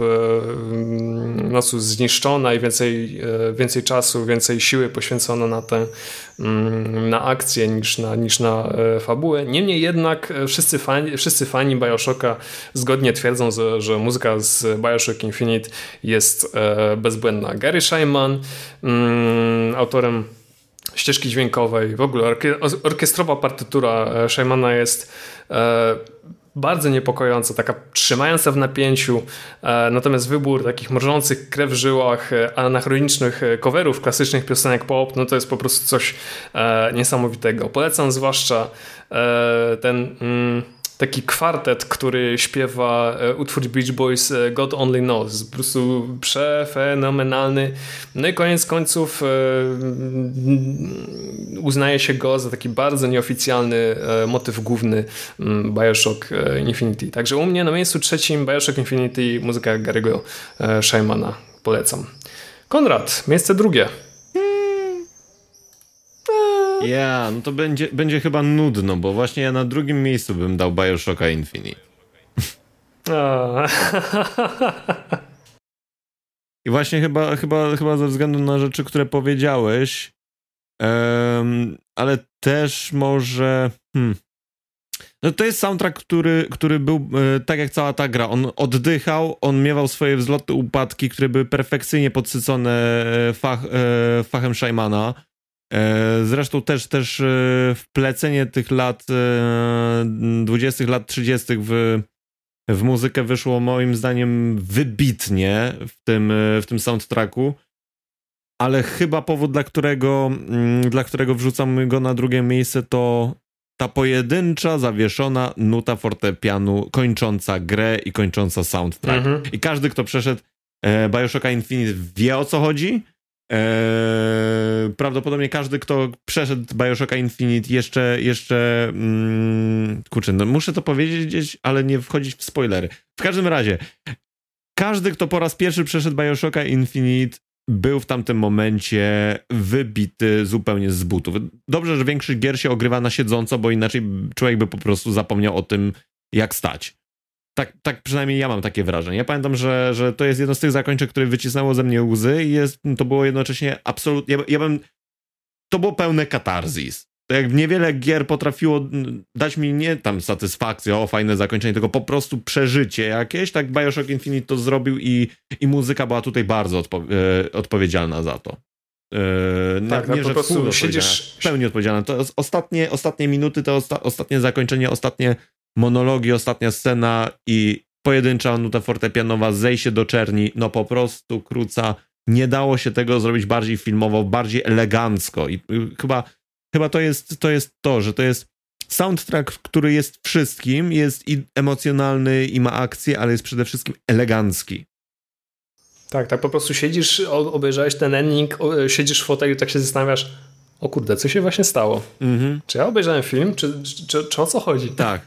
zniszczona i więcej czasu, więcej siły poświęcono na akcję niż na fabułę. Niemniej jednak wszyscy fani BioShocka zgodnie twierdzą, że muzyka z BioShock Infinite jest bezbłędna. Gary Schyman, autorem ścieżki dźwiękowej, w ogóle orkiestrowa partytura Schymana jest bardzo niepokojąca, taka trzymająca w napięciu, natomiast wybór takich mrożących krew w żyłach, anachronicznych coverów klasycznych piosenek pop, no to jest po prostu coś niesamowitego. Polecam zwłaszcza ten taki kwartet, który śpiewa utwór Beach Boys God Only Knows. Po prostu przefenomenalny. No i koniec końców uznaje się go za taki bardzo nieoficjalny motyw główny BioShock Infinity. Także u mnie na miejscu trzecim BioShock Infinity muzyka Gary'ego Schymana. Polecam. Konrad, miejsce drugie. No to będzie chyba nudno, bo właśnie ja na drugim miejscu bym dał BioShocka Infinite. I właśnie chyba ze względu na rzeczy, które powiedziałeś, ale też może... No to jest soundtrack, który był tak jak cała ta gra. On oddychał, on miewał swoje wzloty, upadki, które były perfekcyjnie podsycone fachem Schymana. Zresztą też wplecenie tych lat 20., lat 30. w muzykę wyszło moim zdaniem wybitnie w tym soundtracku, ale chyba powód, dla którego wrzucam go na drugie miejsce, to ta pojedyncza, zawieszona nuta fortepianu kończąca grę i kończąca soundtrack. I każdy, kto przeszedł BioShocka Infinite, wie, o co chodzi. Prawdopodobnie każdy, kto przeszedł BioShocka Infinite jeszcze kurczę, no muszę to powiedzieć gdzieś, ale nie wchodzić w spoilery. W każdym razie, każdy, kto po raz pierwszy przeszedł BioShocka Infinite, był w tamtym momencie wybity zupełnie z butów. Dobrze, że większość gier się ogrywa na siedząco, bo inaczej człowiek by po prostu zapomniał o tym, jak stać. Tak przynajmniej ja mam takie wrażenie. Ja pamiętam, że to jest jedno z tych zakończeń, które wycisnęło ze mnie łzy i to było jednocześnie absolutnie... To było pełne katarzis. To jak niewiele gier potrafiło dać mi nie tam satysfakcję, o fajne zakończenie, tylko po prostu przeżycie jakieś, tak BioShock Infinite to zrobił i muzyka była tutaj bardzo odpowiedzialna za to. Nie, że po prostu siedzisz... W pełni odpowiedzialna. To ostatnie minuty, to ostatnie zakończenie, ostatnie monologi, ostatnia scena i pojedyncza nuta fortepianowa, zejście do czerni, no po prostu króca. Nie dało się tego zrobić bardziej filmowo, bardziej elegancko i chyba to jest to, że to jest soundtrack, który jest wszystkim, jest i emocjonalny i ma akcję, ale jest przede wszystkim elegancki. Tak po prostu siedzisz, obejrzałeś ten ending, siedzisz w fotelu i tak się zastanawiasz, o kurde, co się właśnie stało? Czy ja obejrzałem film, czy o co chodzi? Tak.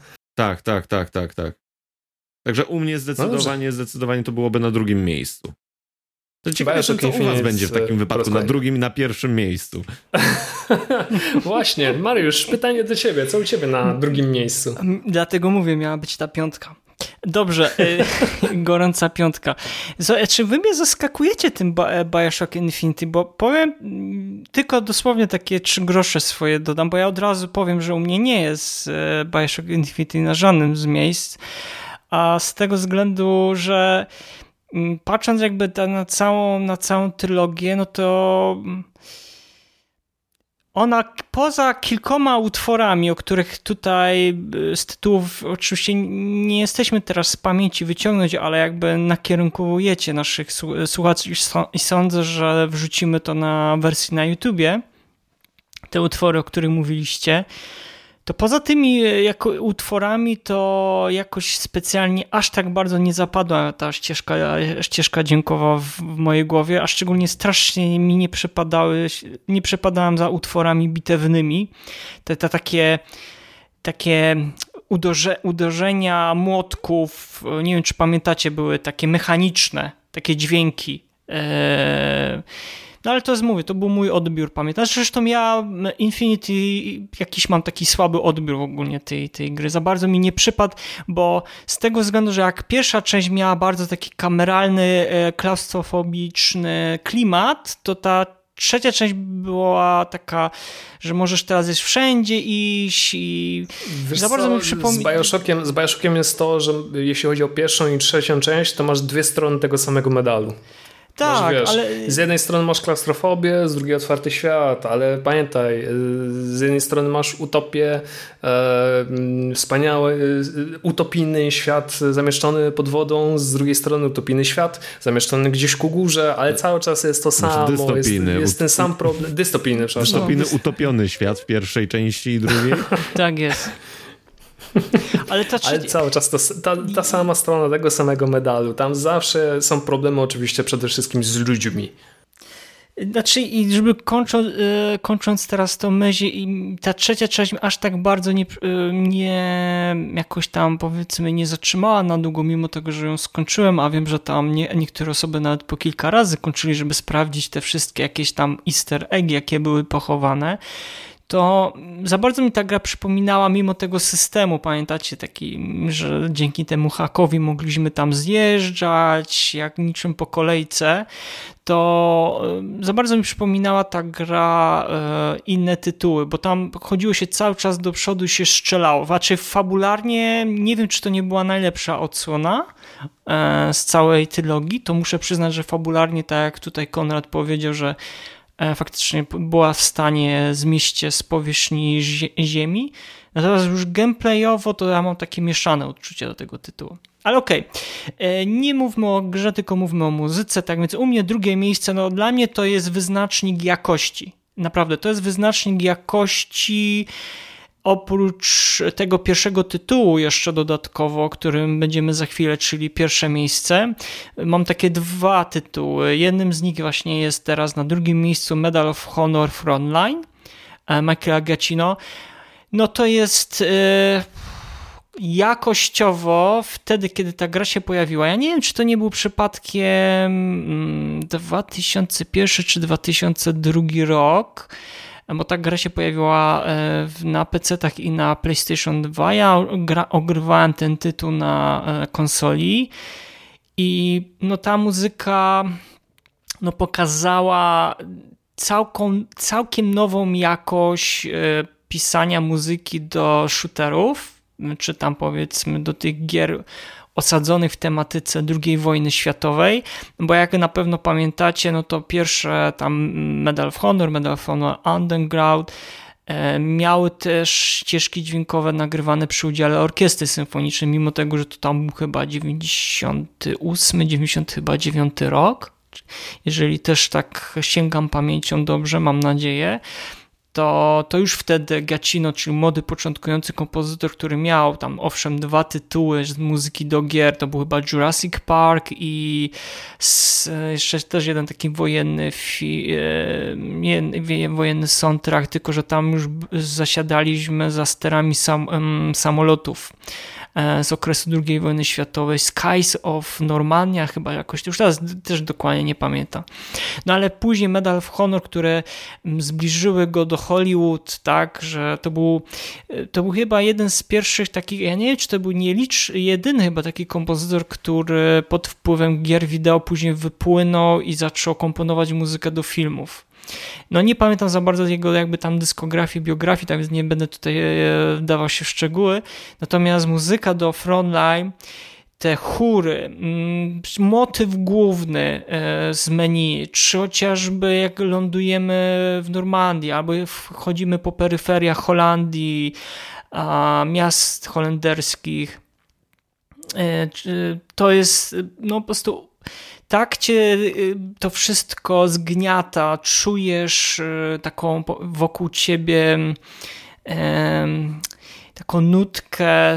Także u mnie zdecydowanie to byłoby na drugim miejscu. To ciekawe, co u was będzie w takim wypadku, na drugim i na pierwszym miejscu. Właśnie, Mariusz, pytanie do ciebie. Co u ciebie na drugim miejscu? Dlatego mówię, miała być ta piątka. Dobrze, gorąca piątka. Czy wy mnie zaskakujecie tym BioShock Infinity? Bo powiem, tylko dosłownie takie 3 grosze swoje dodam, bo ja od razu powiem, że u mnie nie jest BioShock Infinity na żadnym z miejsc, a z tego względu, że patrząc jakby na całą trylogię, no to ona poza kilkoma utworami, o których tutaj z tytułów oczywiście nie jesteśmy teraz z pamięci wyciągnąć, ale jakby nakierunkujecie naszych słuchaczy i sądzę, że wrzucimy to na wersji na YouTubie, te utwory, o których mówiliście, to poza tymi utworami to jakoś specjalnie aż tak bardzo nie zapadła ta ścieżka dźwiękowa w mojej głowie, a szczególnie strasznie mi nie przepadałem za utworami bitewnymi. Te takie uderzenia młotków, nie wiem czy pamiętacie, były takie mechaniczne, takie dźwięki. No ale to jest, mówię, to był mój odbiór, pamiętam. Zresztą ja Infinity jakiś mam taki słaby odbiór ogólnie tej gry. Za bardzo mi nie przypadł, bo z tego względu, że jak pierwsza część miała bardzo taki kameralny, klaustrofobiczny klimat, to ta trzecia część była taka, że możesz teraz iść wszędzie iść i za bardzo mi przypomina. Z Bioshockiem jest to, że jeśli chodzi o pierwszą i trzecią część, to masz dwie strony tego samego medalu. Tak, masz, wiesz, ale... Z jednej strony masz klaustrofobię, z drugiej otwarty świat, ale pamiętaj, z jednej strony masz utopię, wspaniały, utopijny świat zamieszczony pod wodą, z drugiej strony utopijny świat zamieszczony gdzieś ku górze, ale cały czas jest to samo, jest ten sam problem, dystopijny, przepraszam. Dystopijny, utopiony świat w pierwszej części i drugiej. Tak jest. Ale cały czas ta sama strona tego samego medalu. Tam zawsze są problemy oczywiście przede wszystkim z ludźmi. Znaczy, i żeby kończąc teraz to myśl, i ta trzecia część aż tak bardzo nie jakoś tam, powiedzmy, nie zatrzymała na długo, mimo tego, że ją skończyłem, a wiem, że tam niektóre osoby nawet po kilka razy kończyli, żeby sprawdzić te wszystkie jakieś tam easter eggi, jakie były pochowane. To za bardzo mi ta gra przypominała, mimo tego systemu, pamiętacie, taki, że dzięki temu hakowi mogliśmy tam zjeżdżać, jak niczym po kolejce, to za bardzo mi przypominała ta gra inne tytuły, bo tam chodziło się cały czas do przodu i się strzelało. Znaczy fabularnie nie wiem, czy to nie była najlepsza odsłona z całej trylogii, to muszę przyznać, że fabularnie, tak jak tutaj Konrad powiedział, że faktycznie była w stanie zmieścić się z powierzchni ziemi. Natomiast już gameplayowo to ja mam takie mieszane odczucia do tego tytułu. Ale okej, nie mówmy o grze, tylko mówmy o muzyce. Tak więc u mnie drugie miejsce, no dla mnie to jest wyznacznik jakości. Naprawdę, to jest wyznacznik jakości. Oprócz tego pierwszego tytułu jeszcze dodatkowo, o którym będziemy za chwilę, czyli pierwsze miejsce, mam takie dwa tytuły. Jednym z nich właśnie jest teraz na drugim miejscu Medal of Honor Frontline Michaela Giacchino. No to jest jakościowo wtedy, kiedy ta gra się pojawiła. Ja nie wiem, czy to nie był przypadkiem 2001 czy 2002 rok, bo ta gra się pojawiła na PC-tach i na PlayStation 2. Ja ogrywałem ten tytuł na konsoli i no ta muzyka no pokazała całkiem nową jakość pisania muzyki do shooterów, czy tam powiedzmy do tych gier osadzonych w tematyce II wojny światowej, bo jak na pewno pamiętacie, no to pierwsze tam Medal of Honor Underground miały też ścieżki dźwiękowe nagrywane przy udziale orkiestry symfonicznej, mimo tego, że to tam był chyba 98, 99 rok, jeżeli też tak sięgam pamięcią dobrze, mam nadzieję. To już wtedy Giacchino, czyli młody, początkujący kompozytor, który miał tam owszem dwa tytuły z muzyki do gier, to był chyba Jurassic Park i jeszcze też jeden taki wojenny soundtrack, tylko że tam już zasiadaliśmy za sterami samolotów z okresu II wojny światowej, Skies of Normandia chyba jakoś, już teraz też dokładnie nie pamiętam. No ale później Medal of Honor, które zbliżyły go do Hollywood, tak, że to był chyba jeden z pierwszych takich, ja nie wiem, czy to był jedyny chyba taki kompozytor, który pod wpływem gier wideo później wypłynął i zaczął komponować muzykę do filmów. No nie pamiętam za bardzo jego jakby tam dyskografii, biografii, tak więc nie będę tutaj wdawał się w szczegóły. Natomiast muzyka do Frontline, te chóry, motyw główny z menu, czy chociażby jak lądujemy w Normandii, albo wchodzimy po peryferiach Holandii, miast holenderskich, to jest no po prostu tak cię to wszystko zgniata, czujesz taką wokół ciebie taką nutkę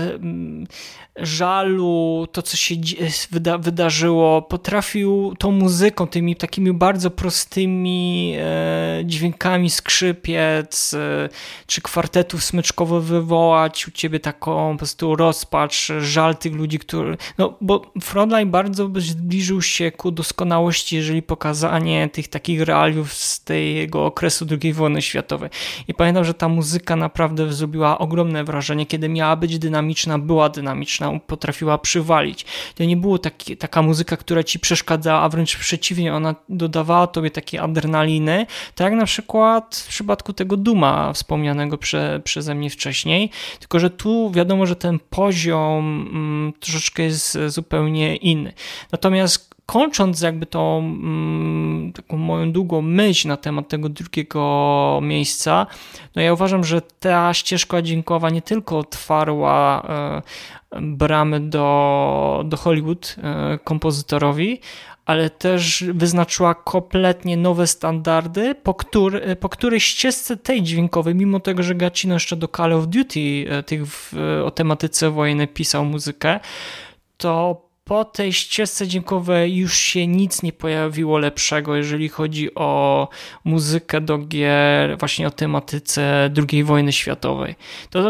żalu, to co się wydarzyło, potrafił tą muzyką, tymi takimi bardzo prostymi dźwiękami skrzypiec czy kwartetów smyczkowo wywołać u ciebie taką po prostu rozpacz, żal tych ludzi, bo Frontline bardzo zbliżył się ku doskonałości, jeżeli pokazanie tych takich realiów z tego okresu II wojny światowej. I pamiętam, że ta muzyka naprawdę zrobiła ogromne wrażenie, kiedy miała być dynamiczna, była dynamiczna, potrafiła przywalić. To nie było taka muzyka, która ci przeszkadzała, a wręcz przeciwnie, ona dodawała tobie takiej adrenaliny, tak jak na przykład w przypadku tego Duma wspomnianego przeze mnie wcześniej, tylko że tu wiadomo, że ten poziom troszeczkę jest zupełnie inny. Natomiast kończąc jakby tą taką moją długą myśl na temat tego drugiego miejsca, no ja uważam, że ta ścieżka dźwiękowa nie tylko otwarła bramy do Hollywood kompozytorowi, ale też wyznaczyła kompletnie nowe standardy, po której ścieżce tej dźwiękowej, mimo tego, że Giacchino jeszcze do Call of Duty o tematyce wojennej pisał muzykę, to po tej ścieżce dźwiękowej już się nic nie pojawiło lepszego, jeżeli chodzi o muzykę do gier właśnie o tematyce II wojny światowej. To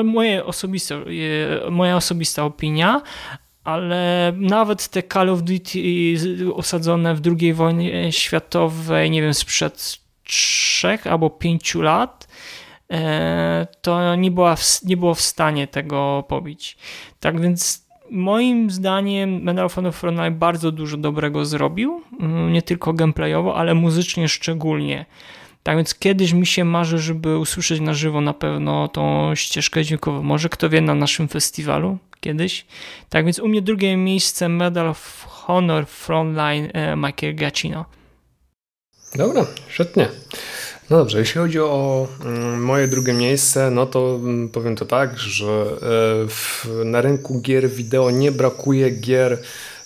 moja osobista opinia, ale nawet te Call of Duty osadzone w II wojnie światowej, nie wiem, sprzed 3 albo 5 lat, to nie było w stanie tego pobić. Tak więc moim zdaniem Medal of Honor Frontline bardzo dużo dobrego zrobił, nie tylko gameplayowo, ale muzycznie szczególnie. Tak więc kiedyś mi się marzy, żeby usłyszeć na żywo na pewno tą ścieżkę dźwiękową. Może kto wie, na naszym festiwalu kiedyś. Tak więc u mnie drugie miejsce Medal of Honor Frontline Michael Giacchino. Dobra, świetnie. No dobrze, jeśli chodzi o moje drugie miejsce, no to powiem to tak, że na rynku gier wideo nie brakuje gier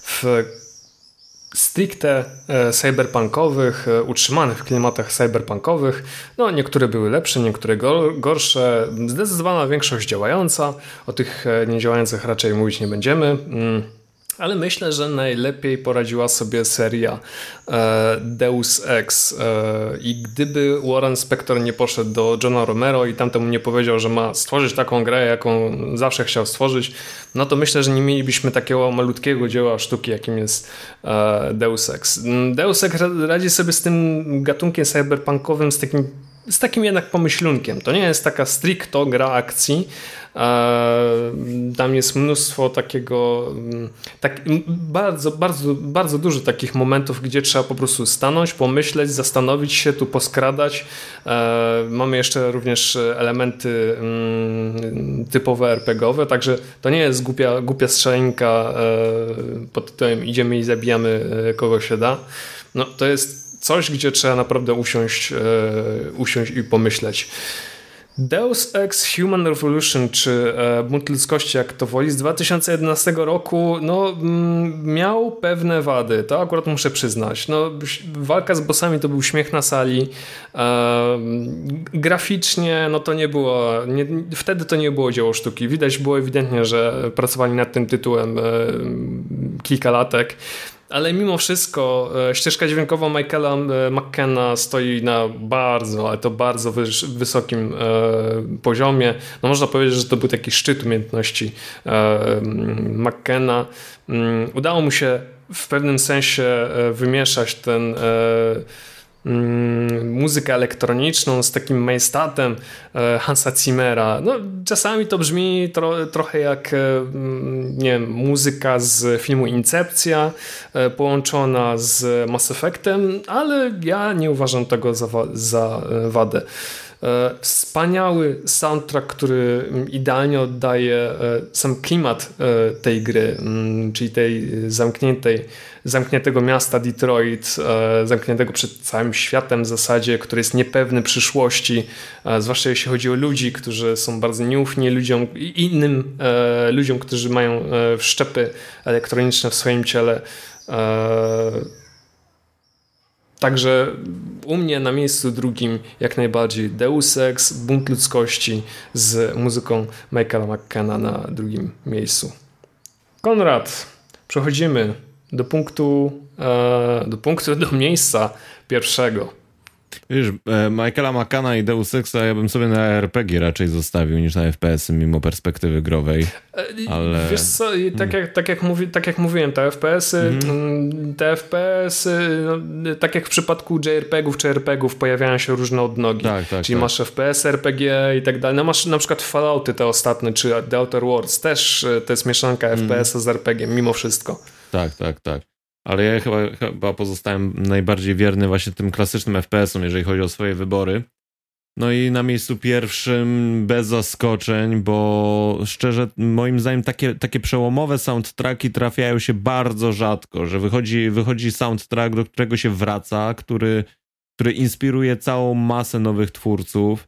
stricte cyberpunkowych, utrzymanych w klimatach cyberpunkowych. No niektóre były lepsze, niektóre gorsze. Zdecydowana większość działająca. O tych niedziałających raczej mówić nie będziemy. Ale myślę, że najlepiej poradziła sobie seria Deus Ex i gdyby Warren Spector nie poszedł do Johna Romero i tamtemu nie powiedział, że ma stworzyć taką grę, jaką zawsze chciał stworzyć, no to myślę, że nie mielibyśmy takiego malutkiego dzieła sztuki, jakim jest Deus Ex. Deus Ex radzi sobie z tym gatunkiem cyberpunkowym, z takim jednak pomyślunkiem. To nie jest taka stricto gra akcji. Tam jest mnóstwo takiego bardzo, bardzo, bardzo dużo takich momentów, gdzie trzeba po prostu stanąć, pomyśleć, zastanowić się, tu poskradać. Mamy jeszcze również elementy typowe RPGowe, także to nie jest głupia strzelanka pod tytułem idziemy i zabijamy kogo się da. No, to jest coś, gdzie trzeba naprawdę usiąść i pomyśleć. Deus Ex Human Revolution, czy Bunt Ludzkości, jak to woli, z 2011 roku, no, miał pewne wady, to akurat muszę przyznać. No, walka z bossami to był śmiech na sali. Graficznie, no to nie było, wtedy to nie było dzieło sztuki. Widać było ewidentnie, że pracowali nad tym tytułem kilka latek. Ale mimo wszystko ścieżka dźwiękowa Michaela McKenna stoi na bardzo, ale to bardzo wysokim poziomie. No można powiedzieć, że to był taki szczyt umiejętności McKenna. Udało mu się w pewnym sensie wymieszać ten muzykę elektroniczną z takim majestatem Hansa Zimmera. No, czasami to brzmi trochę jak nie wiem, muzyka z filmu Incepcja połączona z Mass Effectem, ale ja nie uważam tego za wadę. Wspaniały soundtrack, który idealnie oddaje sam klimat tej gry, czyli tej zamkniętego miasta Detroit, zamkniętego przed całym światem w zasadzie, który jest niepewny przyszłości, zwłaszcza jeśli chodzi o ludzi, którzy są bardzo nieufni innym ludziom, którzy mają wszczepy elektroniczne w swoim ciele. Także u mnie na miejscu drugim jak najbardziej Deus Ex, Bunt ludzkości z muzyką Michaela McKenna na drugim miejscu. Konrad, przechodzimy do miejsca pierwszego. Wiesz, Michaela McKenna i Deus Exa ja bym sobie na RPG raczej zostawił niż na FPS-y mimo perspektywy growej. Ale... Wiesz co, tak jak mówiłem, te FPS-y, tak jak w przypadku JRPG-ów czy RPG-ów pojawiają się różne odnogi. Czyli masz FPS, RPG i tak dalej. No masz na przykład Fallouty te ostatnie, czy The Outer Worlds, też to jest mieszanka FPS-a z RPG-iem, mimo wszystko. Tak. Ale ja chyba pozostałem najbardziej wierny właśnie tym klasycznym FPS-om, jeżeli chodzi o swoje wybory. No i na miejscu pierwszym bez zaskoczeń, bo szczerze moim zdaniem takie przełomowe soundtracki trafiają się bardzo rzadko, że wychodzi soundtrack, do którego się wraca, który inspiruje całą masę nowych twórców,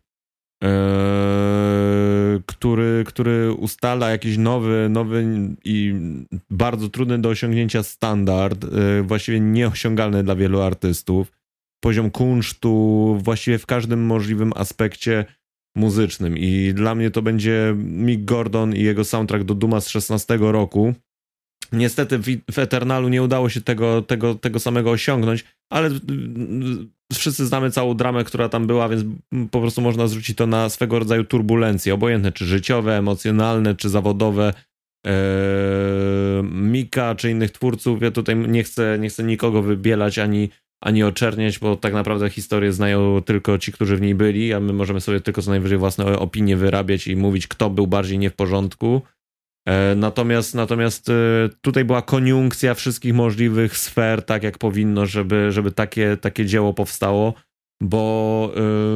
który ustala jakiś nowy i bardzo trudny do osiągnięcia standard, właściwie nieosiągalny dla wielu artystów. Poziom kunsztu właściwie w każdym możliwym aspekcie muzycznym. I dla mnie to będzie Mick Gordon i jego soundtrack do Dooma z 2016 roku. Niestety w Eternalu nie udało się tego samego osiągnąć, ale wszyscy znamy całą dramę, która tam była, więc po prostu można zwrócić to na swego rodzaju turbulencje, obojętne czy życiowe, emocjonalne, czy zawodowe. Mika czy innych twórców. Ja tutaj nie chcę nikogo wybielać ani oczerniać, bo tak naprawdę historię znają tylko ci, którzy w niej byli, a my możemy sobie tylko co najwyżej własne opinie wyrabiać i mówić, kto był bardziej nie w porządku. Natomiast tutaj była koniunkcja wszystkich możliwych sfer, tak jak powinno, żeby takie dzieło powstało, bo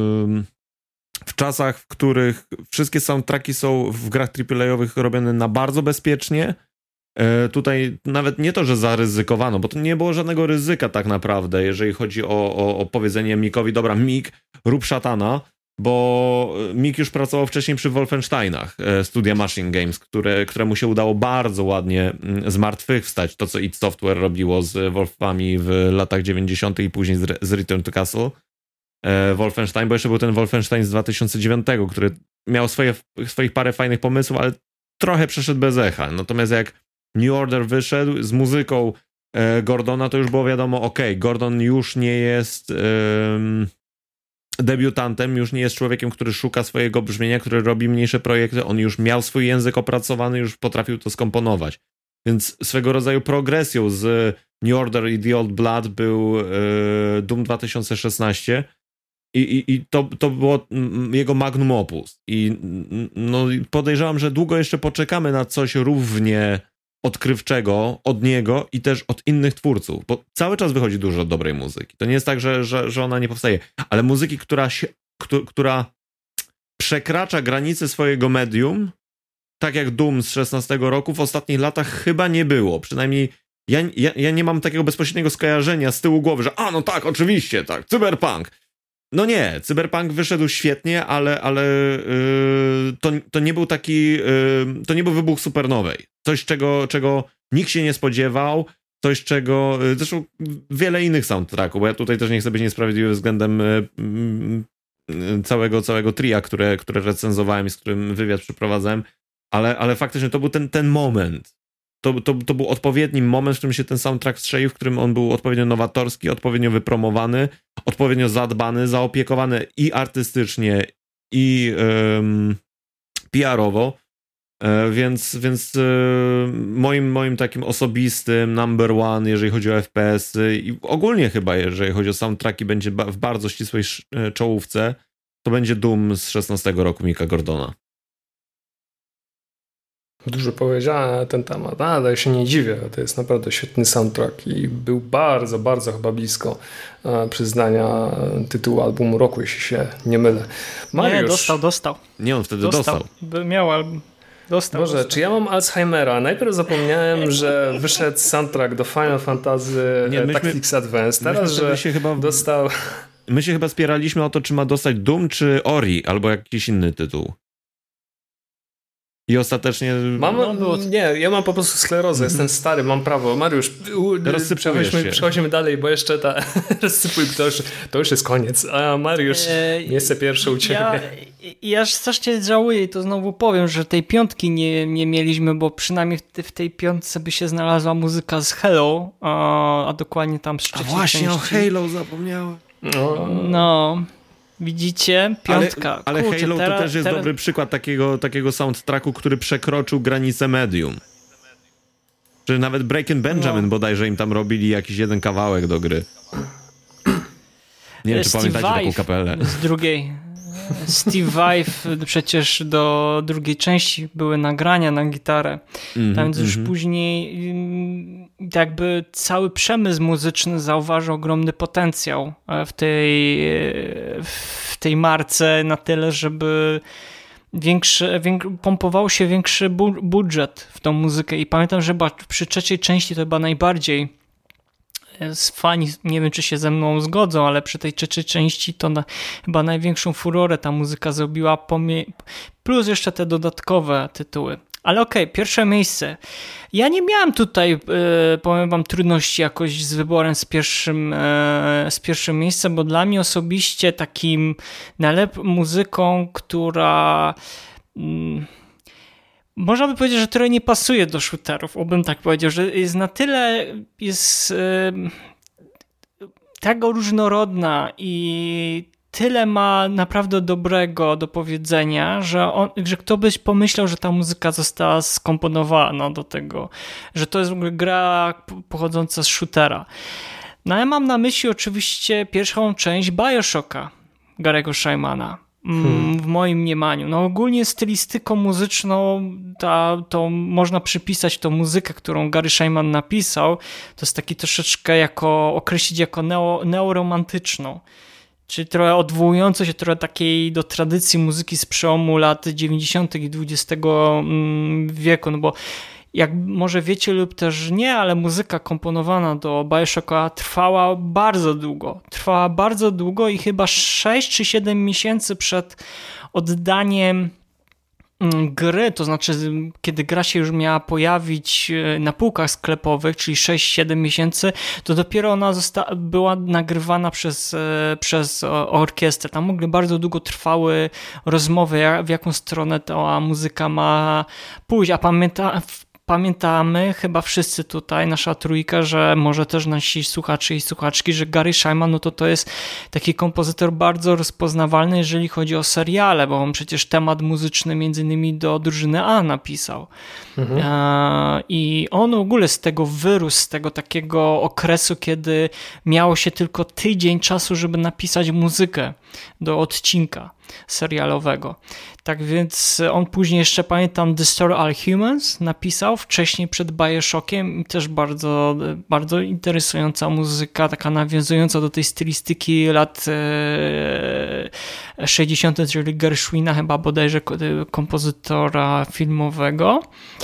w czasach, w których wszystkie soundtracki są w grach AAA-owych robione na bardzo bezpiecznie, tutaj nawet nie to, że zaryzykowano, bo to nie było żadnego ryzyka tak naprawdę, jeżeli chodzi o powiedzenie Mickowi, dobra, Mick, rób szatana, bo Mick już pracował wcześniej przy Wolfensteinach, studia Machine Games, któremu się udało bardzo ładnie zmartwychwstać, to co id Software robiło z Wolfami w latach 90. i później z Return to Castle. Wolfenstein, bo jeszcze był ten Wolfenstein z 2009, który miał swoich parę fajnych pomysłów, ale trochę przeszedł bez echa. Natomiast jak New Order wyszedł z muzyką Gordona, to już było wiadomo, Gordon już nie jest debiutantem, już nie jest człowiekiem, który szuka swojego brzmienia, który robi mniejsze projekty, on już miał swój język opracowany, już potrafił to skomponować. Więc swego rodzaju progresją z New Order i The Old Blood był Doom 2016 i to było jego magnum opus. I podejrzewam, że długo jeszcze poczekamy na coś równie odkrywczego od niego i też od innych twórców, bo cały czas wychodzi dużo dobrej muzyki. To nie jest tak, że ona nie powstaje, ale muzyki, która przekracza granice swojego medium, tak jak Doom z 16 roku, w ostatnich latach chyba nie było. Przynajmniej ja nie mam takiego bezpośredniego skojarzenia z tyłu głowy, że no tak, oczywiście, tak, Cyberpunk. No nie, Cyberpunk wyszedł świetnie, ale to nie był taki, to nie był wybuch supernowej. Coś, czego nikt się nie spodziewał, coś, czego, zresztą wiele innych soundtracków, bo ja tutaj też nie chcę być niesprawiedliwy względem całego tria, które recenzowałem i z którym wywiad przeprowadzałem, ale faktycznie to był ten moment. To był odpowiedni moment, w którym się ten soundtrack strzelił, w którym on był odpowiednio nowatorski, odpowiednio wypromowany, odpowiednio zadbany, zaopiekowany i artystycznie, i PR-owo. Więc moim takim osobistym number one, jeżeli chodzi o FPS-y i ogólnie chyba, jeżeli chodzi o soundtracki, będzie w bardzo ścisłej czołówce, to będzie Doom z 16 roku Micka Gordona. Dużo powiedziałem na ten temat, ale ja się nie dziwię, to jest naprawdę świetny soundtrack i był bardzo, bardzo chyba blisko przyznania tytułu albumu roku, jeśli się nie mylę. Mariusz, Nie, dostał. Nie, on wtedy dostał. Miał album. Dostał. Czy ja mam Alzheimera? Najpierw zapomniałem, że wyszedł soundtrack do Final Fantasy Tactics Advance. Teraz, że dostał... My się chyba spieraliśmy o to, czy ma dostać Doom, czy Ori, albo jakiś inny tytuł. I ostatecznie... Ja mam po prostu sklerozę, jestem stary, mam prawo. Mariusz, przechodźmy dalej, bo jeszcze rozsypuj, to już jest koniec. A Mariusz, miejsce pierwsze u ciebie. Ja strasznie żałuję i to znowu powiem, że tej piątki nie mieliśmy, bo przynajmniej w tej piątce by się znalazła muzyka z Halo, a dokładnie tam z trzeciej części. Właśnie o Halo zapomniałem. No... Widzicie? Piątka. Ale kurczę, Halo to też jest dobry przykład takiego soundtracku, który przekroczył granicę medium. Czy nawet Breaking Benjamin bodajże im tam robili jakiś jeden kawałek do gry. Nie wiem, czy pamiętacie taką kapelę. Z drugiej. Steve Vai przecież do drugiej części były nagrania na gitarę. Więc już później jakby cały przemysł muzyczny zauważył ogromny potencjał w tej marce na tyle, żeby pompował się większy budżet w tą muzykę i pamiętam, że przy trzeciej części to chyba najbardziej fani, nie wiem czy się ze mną zgodzą, ale przy tej trzeciej części to chyba największą furorę ta muzyka zrobiła, plus jeszcze te dodatkowe tytuły. Ale okej, pierwsze miejsce. Ja nie miałem tutaj, powiem wam, trudności jakoś z wyborem z pierwszym miejscem, bo dla mnie osobiście takim muzyką, która... Można by powiedzieć, że trochę nie pasuje do shooterów, bym tak powiedział, że jest na tyle tak różnorodna i tyle ma naprawdę dobrego do powiedzenia, że kto byś pomyślał, że ta muzyka została skomponowana do tego, że to jest w ogóle gra pochodząca z shootera. No ja mam na myśli oczywiście pierwszą część BioShocka Gary'ego Szymana. W moim mniemaniu. No ogólnie stylistyką muzyczną to można przypisać tą muzykę, którą Gary Szyman napisał. To jest taki troszeczkę określić jako neoromantyczną. Czyli trochę odwołująco się trochę takiej do tradycji muzyki z przełomu lat 90. i XX wieku, no bo jak może wiecie lub też nie, ale muzyka komponowana do BioShocka trwała bardzo długo i chyba 6 czy 7 miesięcy przed oddaniem gry, to znaczy kiedy gra się już miała pojawić na półkach sklepowych, czyli 6-7 miesięcy, to dopiero ona była nagrywana przez orkiestrę. Tam w ogóle bardzo długo trwały rozmowy, w jaką stronę ta muzyka ma pójść, a pamiętamy chyba wszyscy tutaj, nasza trójka, że może też nasi słuchacze i słuchaczki, że Gary Szyman, no to jest taki kompozytor bardzo rozpoznawalny, jeżeli chodzi o seriale, bo on przecież temat muzyczny między innymi do Drużyny A napisał. I on w ogóle z tego wyrósł, z tego takiego okresu, kiedy miało się tylko tydzień czasu, żeby napisać muzykę do odcinka serialowego. Tak więc on później jeszcze, pamiętam, Destroy All Humans napisał wcześniej przed BioShockiem i też bardzo, bardzo interesująca muzyka, taka nawiązująca do tej stylistyki lat 60., czyli Gershwina, chyba bodajże kompozytora filmowego.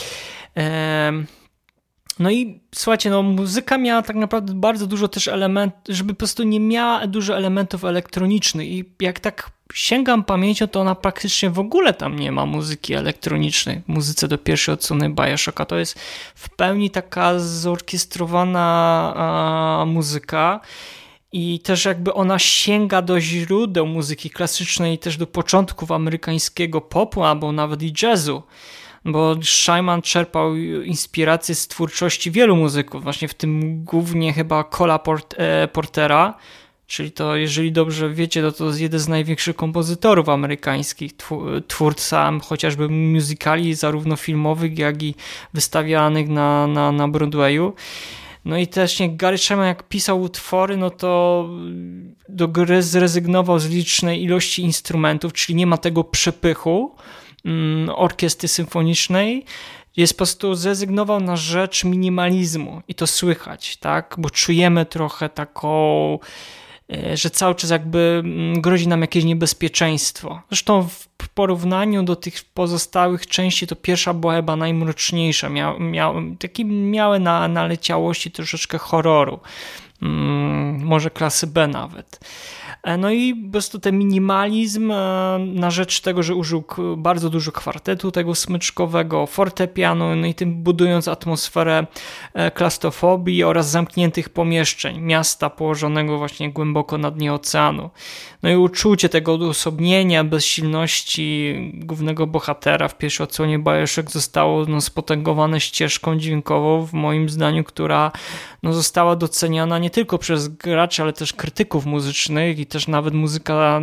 No i słuchajcie, no muzyka miała tak naprawdę bardzo dużo też elementów, żeby po prostu nie miała dużo elementów elektronicznych i jak tak sięgam pamięcią, to ona praktycznie w ogóle tam nie ma muzyki elektronicznej w muzyce do pierwszej odsłony BioShocka. To jest w pełni taka zorkiestrowana muzyka i też jakby ona sięga do źródeł muzyki klasycznej, też do początków amerykańskiego popu albo nawet i jazzu. Bo Szyman czerpał inspirację z twórczości wielu muzyków, właśnie w tym głównie chyba Cola Portera, czyli to, jeżeli dobrze wiecie, to jest jeden z największych kompozytorów amerykańskich, twórca chociażby musicali, zarówno filmowych, jak i wystawianych na Broadwayu. No i też Gary Szyman jak pisał utwory, no to do gry zrezygnował z licznej ilości instrumentów, czyli nie ma tego przepychu orkiestry symfonicznej, jest po prostu zrezygnował na rzecz minimalizmu i to słychać, tak, bo czujemy trochę taką, że cały czas jakby grozi nam jakieś niebezpieczeństwo. Zresztą w porównaniu do tych pozostałych części to pierwsza była chyba najmroczniejsza, miały naleciałości troszeczkę horroru. może klasy B nawet. No i po prostu ten minimalizm na rzecz tego, że użył bardzo dużo kwartetu tego smyczkowego, fortepianu, no i tym budując atmosferę klaustrofobii oraz zamkniętych pomieszczeń, miasta położonego właśnie głęboko na dnie oceanu. No i uczucie tego odosobnienia, bezsilności głównego bohatera w pierwszej odsłonie BioShock zostało spotęgowane ścieżką dźwiękową, w moim zdaniu, która została doceniona nie tylko przez graczy, ale też krytyków muzycznych i też nawet muzyka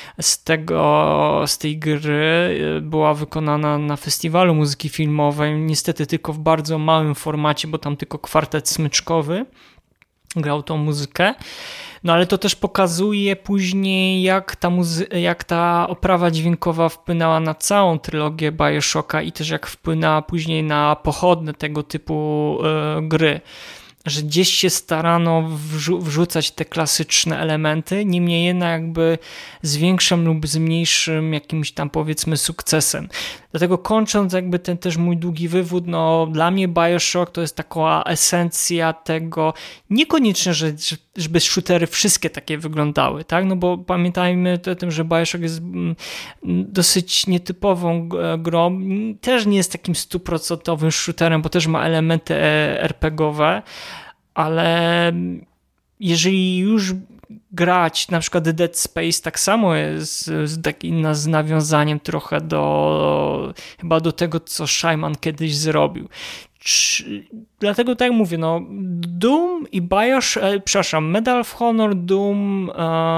z tej gry była wykonana na festiwalu muzyki filmowej, niestety tylko w bardzo małym formacie, bo tam tylko kwartet smyczkowy grał tą muzykę. No ale to też pokazuje później, jak ta oprawa dźwiękowa wpłynęła na całą trylogię BioShocka i też jak wpłynęła później na pochodne tego typu gry. Że gdzieś się starano wrzucać te klasyczne elementy, niemniej jednak jakby z większym lub z mniejszym jakimś tam powiedzmy sukcesem. Dlatego kończąc jakby ten też mój długi wywód, dla mnie BioShock to jest taka esencja tego, niekoniecznie, żeby shootery wszystkie takie wyglądały, tak? No bo pamiętajmy o tym, że BioShock jest dosyć nietypową grą, też nie jest takim 100% shooterem, bo też ma elementy RPG-owe, ale jeżeli już grać na przykład Dead Space, tak samo jest z nawiązaniem trochę chyba do tego, co Scheinman kiedyś zrobił. Dlatego tak jak mówię, Doom i Medal of Honor, Doom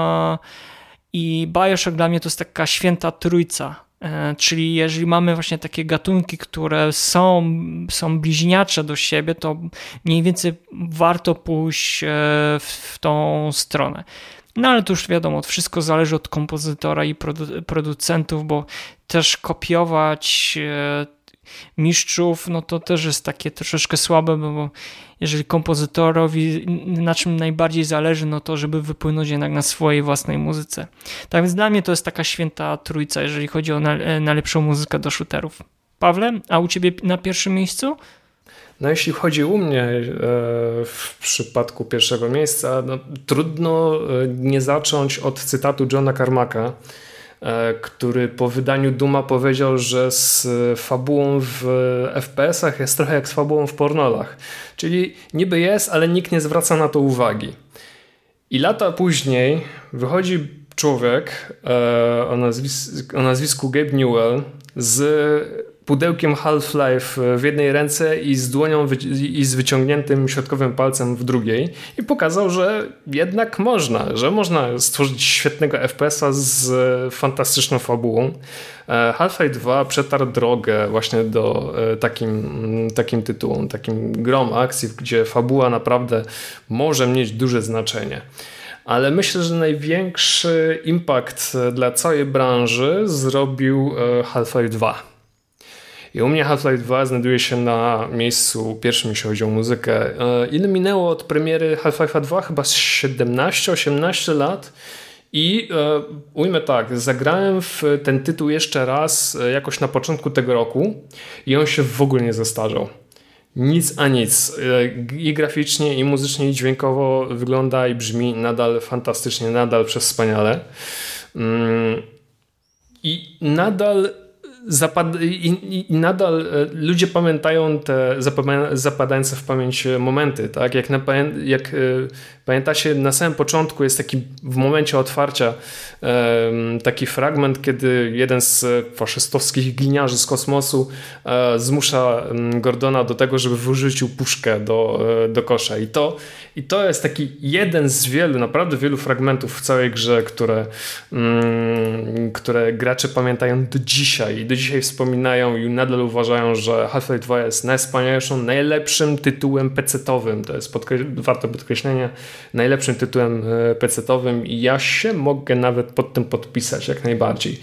i BioShock dla mnie to jest taka święta trójca. Czyli jeżeli mamy właśnie takie gatunki, które są bliźniacze do siebie, to mniej więcej warto pójść w tą stronę. No ale to już wiadomo, wszystko zależy od kompozytora i producentów, bo też kopiować mistrzów, to też jest takie troszeczkę słabe, bo jeżeli kompozytorowi na czym najbardziej zależy, to żeby wypłynąć jednak na swojej własnej muzyce. Tak więc dla mnie to jest taka święta trójca, jeżeli chodzi o najlepszą muzykę do shooterów. Pawle, a u ciebie na pierwszym miejscu? No jeśli chodzi u mnie w przypadku pierwszego miejsca, trudno nie zacząć od cytatu Johna Carmacka, który po wydaniu Dooma powiedział, że z fabułą w FPS-ach jest trochę jak z fabułą w pornolach. Czyli niby jest, ale nikt nie zwraca na to uwagi. I lata później wychodzi człowiek o nazwisku Gabe Newell z pudełkiem Half-Life w jednej ręce i z dłonią i z wyciągniętym środkowym palcem w drugiej i pokazał, że jednak można stworzyć świetnego FPS-a z fantastyczną fabułą. Half-Life 2 przetarł drogę właśnie do takim tytułom, takim grom akcji, gdzie fabuła naprawdę może mieć duże znaczenie. Ale myślę, że największy impact dla całej branży zrobił Half-Life 2. I u mnie Half-Life 2 znajduje się na miejscu pierwszym, jeśli chodzi o muzykę. Ile minęło od premiery Half-Life'a 2? Chyba 17-18 lat. I ujmę tak, zagrałem w ten tytuł jeszcze raz jakoś na początku tego roku i on się w ogóle nie zestarzał. Nic a nic. I graficznie, i muzycznie, i dźwiękowo wygląda i brzmi nadal fantastycznie, nadal przewspaniale. I nadal ludzie pamiętają te zapadające w pamięć momenty, tak? Jak pamiętacie, na samym początku jest taki w momencie otwarcia taki fragment, kiedy jeden z faszystowskich gliniarzy z kosmosu zmusza Gordona do tego, żeby wyrzucił puszkę do kosza. I to jest taki jeden z wielu, naprawdę wielu fragmentów w całej grze, które gracze pamiętają do dzisiaj i do dzisiaj wspominają i nadal uważają, że Half-Life 2 jest najwspanialszym, najlepszym tytułem PC-towym. To jest warte podkreślenia, najlepszym tytułem PC-towym i ja się mogę nawet pod tym podpisać jak najbardziej.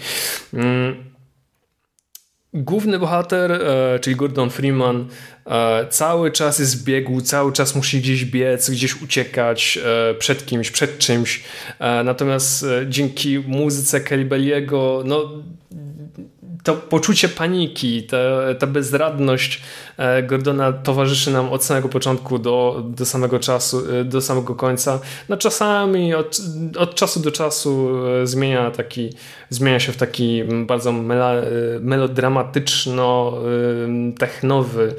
Główny bohater, czyli Gordon Freeman, cały czas jest w biegu, cały czas musi gdzieś biec, gdzieś uciekać przed kimś, przed czymś. Natomiast dzięki muzyce Kelly Belliego, to poczucie paniki, ta bezradność Gordona towarzyszy nam od samego początku do samego czasu, do samego końca. No czasami od czasu do czasu zmienia się w taki bardzo melodramatyczno-technowy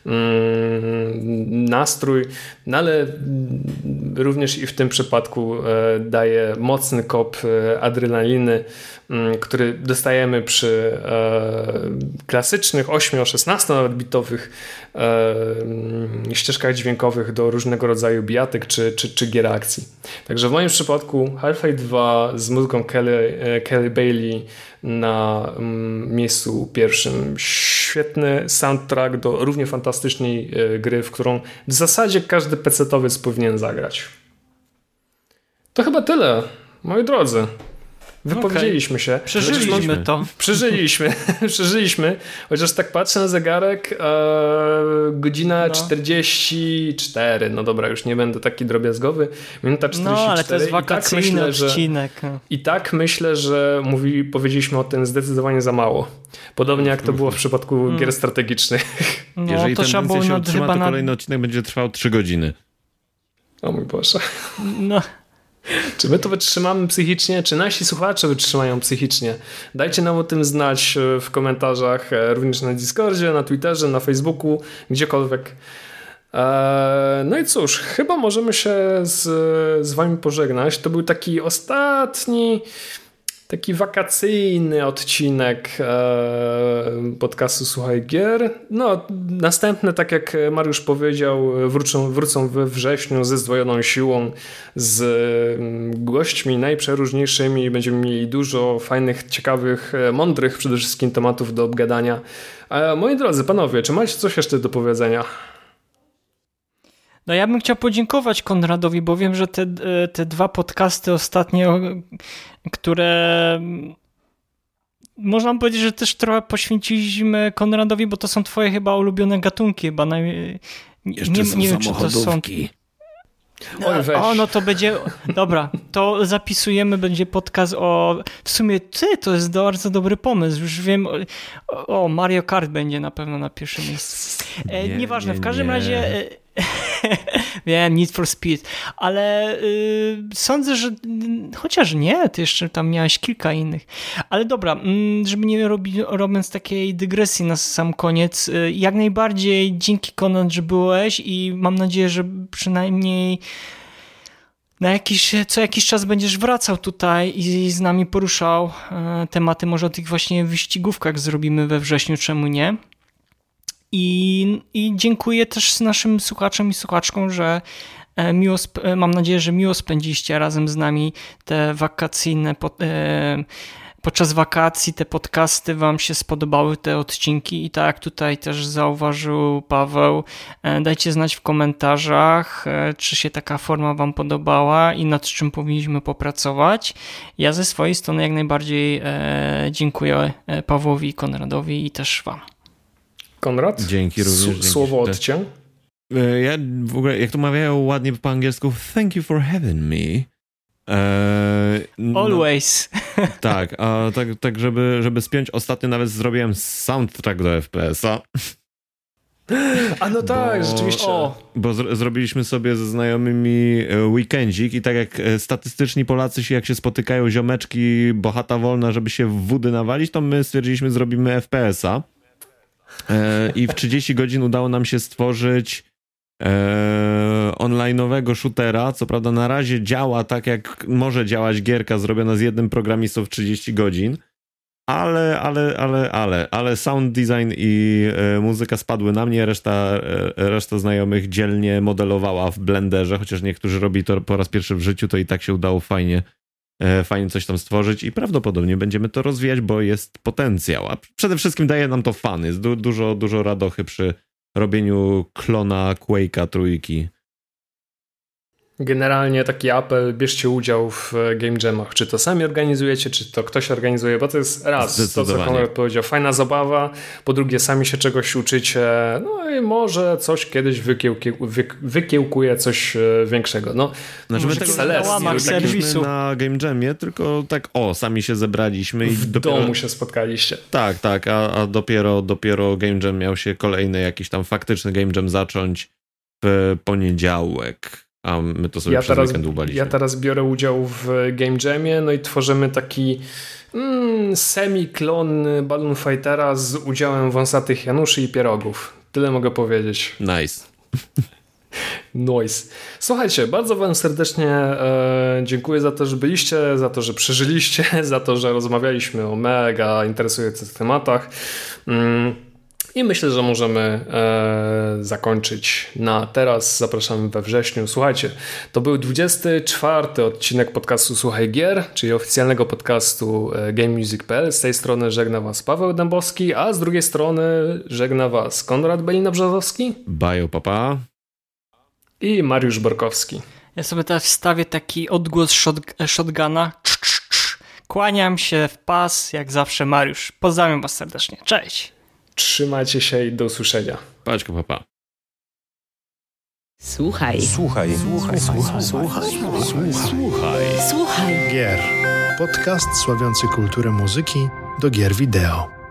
nastrój, no ale również i w tym przypadku daje mocny kop adrenaliny, który dostajemy przy klasycznych 8, 16 nawet bitowych ścieżkach dźwiękowych do różnego rodzaju bijatyk czy gier akcji. Także w moim przypadku Half-Life 2 z muzyką Kelly Bailey na miejscu pierwszym. Świetny soundtrack do równie fantastycznej gry, w którą w zasadzie każdy pecetowiec powinien zagrać. To chyba tyle, moi drodzy. Wypowiedzieliśmy się. Przeżyliśmy to. Przeżyliśmy. Chociaż tak patrzę na zegarek, godzina 44. No dobra, już nie będę taki drobiazgowy. Minuta 44. No, ale to jest wakacyjny odcinek. I tak myślę, że powiedzieliśmy o tym zdecydowanie za mało. Podobnie jak to było w przypadku gier strategicznych. No, jeżeli to tendencja się utrzyma, to kolejny odcinek będzie trwał 3 godziny. O mój Boże. No. Czy my to wytrzymamy psychicznie, czy nasi słuchacze wytrzymają psychicznie? Dajcie nam o tym znać w komentarzach, również na Discordzie, na Twitterze, na Facebooku, gdziekolwiek. No i cóż, chyba możemy się z wami pożegnać. To był taki ostatni, taki wakacyjny odcinek podcastu Słuchaj Gier. No, następne, tak jak Mariusz powiedział, wrócą we wrześniu ze zdwojoną siłą, z gośćmi najprzeróżniejszymi. Będziemy mieli dużo fajnych, ciekawych, mądrych przede wszystkim tematów do obgadania. Moi drodzy panowie, czy macie coś jeszcze do powiedzenia? No ja bym chciał podziękować Konradowi, bo wiem, że te 2 podcasty ostatnio, które można powiedzieć, że też trochę poświęciliśmy Konradowi, bo to są twoje chyba ulubione gatunki. Chyba nie wiem, czy to są... Oj, weź. O, no to będzie... Dobra, to zapisujemy, będzie podcast o... W sumie to jest bardzo dobry pomysł. Już wiem... O, Mario Kart będzie na pewno na pierwszym miejscu. Nieważne, w każdym razie... Wiem, Need for Speed, ale sądzę, że chociaż nie, ty jeszcze tam miałeś kilka innych, ale dobra, żeby nie robiąc takiej dygresji na sam koniec, jak najbardziej dzięki Konrad, że byłeś i mam nadzieję, że przynajmniej co jakiś czas będziesz wracał tutaj i z nami poruszał tematy, może o tych właśnie wyścigówkach zrobimy we wrześniu, czemu nie? I dziękuję też naszym słuchaczom i słuchaczkom, że mam nadzieję, że miło spędziliście razem z nami te wakacyjne, podczas wakacji te podcasty wam się spodobały, te odcinki i tak jak tutaj też zauważył Paweł, dajcie znać w komentarzach, czy się taka forma wam podobała i nad czym powinniśmy popracować. Ja ze swojej strony jak najbardziej dziękuję Pawłowi i Konradowi i też wam. Konrad? Dzięki również. Słowo od cię. Ja w ogóle, jak to mawiają ładnie po angielsku, thank you for having me. Always. Tak, tak żeby spiąć, ostatnio nawet zrobiłem soundtrack do FPS-a. A no tak, rzeczywiście. Bo zrobiliśmy sobie ze znajomymi weekendzik i tak jak statystyczni Polacy jak się spotykają ziomeczki, bo chata wolna, żeby się w wody nawalić, to my stwierdziliśmy, zrobimy FPS-a. I w 30 godzin udało nam się stworzyć online'owego shootera. Co prawda na razie działa tak, jak może działać gierka zrobiona z jednym programistą w 30 godzin, ale sound design i muzyka spadły na mnie, reszta znajomych dzielnie modelowała w Blenderze, chociaż niektórzy robi to po raz pierwszy w życiu, to i tak się udało fajnie coś tam stworzyć i prawdopodobnie będziemy to rozwijać, bo jest potencjał, a przede wszystkim daje nam to fan, jest dużo radochy przy robieniu klona Quake'a 3. Generalnie taki apel, bierzcie udział w Game Jamach. Czy to sami organizujecie, czy to ktoś organizuje, bo to jest raz, to co Konrad powiedział, fajna zabawa, po drugie sami się czegoś uczycie, no i może coś kiedyś wykiełkuje coś większego. No, znaczy my tego nie na Game Jamie, tylko tak sami się zebraliśmy. I w domu się spotkaliście. Tak, a dopiero Game Jam miał się kolejny jakiś tam faktyczny Game Jam zacząć w poniedziałek. A my to sobie przez weekend dłubaliśmy. Ja teraz biorę udział w Game Jamie, no i tworzymy taki semi-klon Balloon Fightera z udziałem wąsatych Januszy i pierogów. Tyle mogę powiedzieć. Nice. Nice. Słuchajcie, bardzo wam serdecznie dziękuję za to, że byliście, za to, że przeżyliście, za to, że rozmawialiśmy o mega interesujących tematach. I myślę, że możemy zakończyć na teraz. Zapraszamy we wrześniu. Słuchajcie, to był 24. odcinek podcastu Słuchaj Gier, czyli oficjalnego podcastu GameMusic.pl. Z tej strony żegna was Paweł Dębowski, a z drugiej strony żegna was Konrad Belina-Brzozowski. Bajo, papa. I Mariusz Borkowski. Ja sobie teraz wstawię taki odgłos shotguna. Kłaniam się w pas, jak zawsze Mariusz. Pozdrawiam was serdecznie. Cześć. Trzymajcie się i do usłyszenia. Paćko, papa. Słuchaj Gier. Podcast sławiący kulturę muzyki do gier wideo.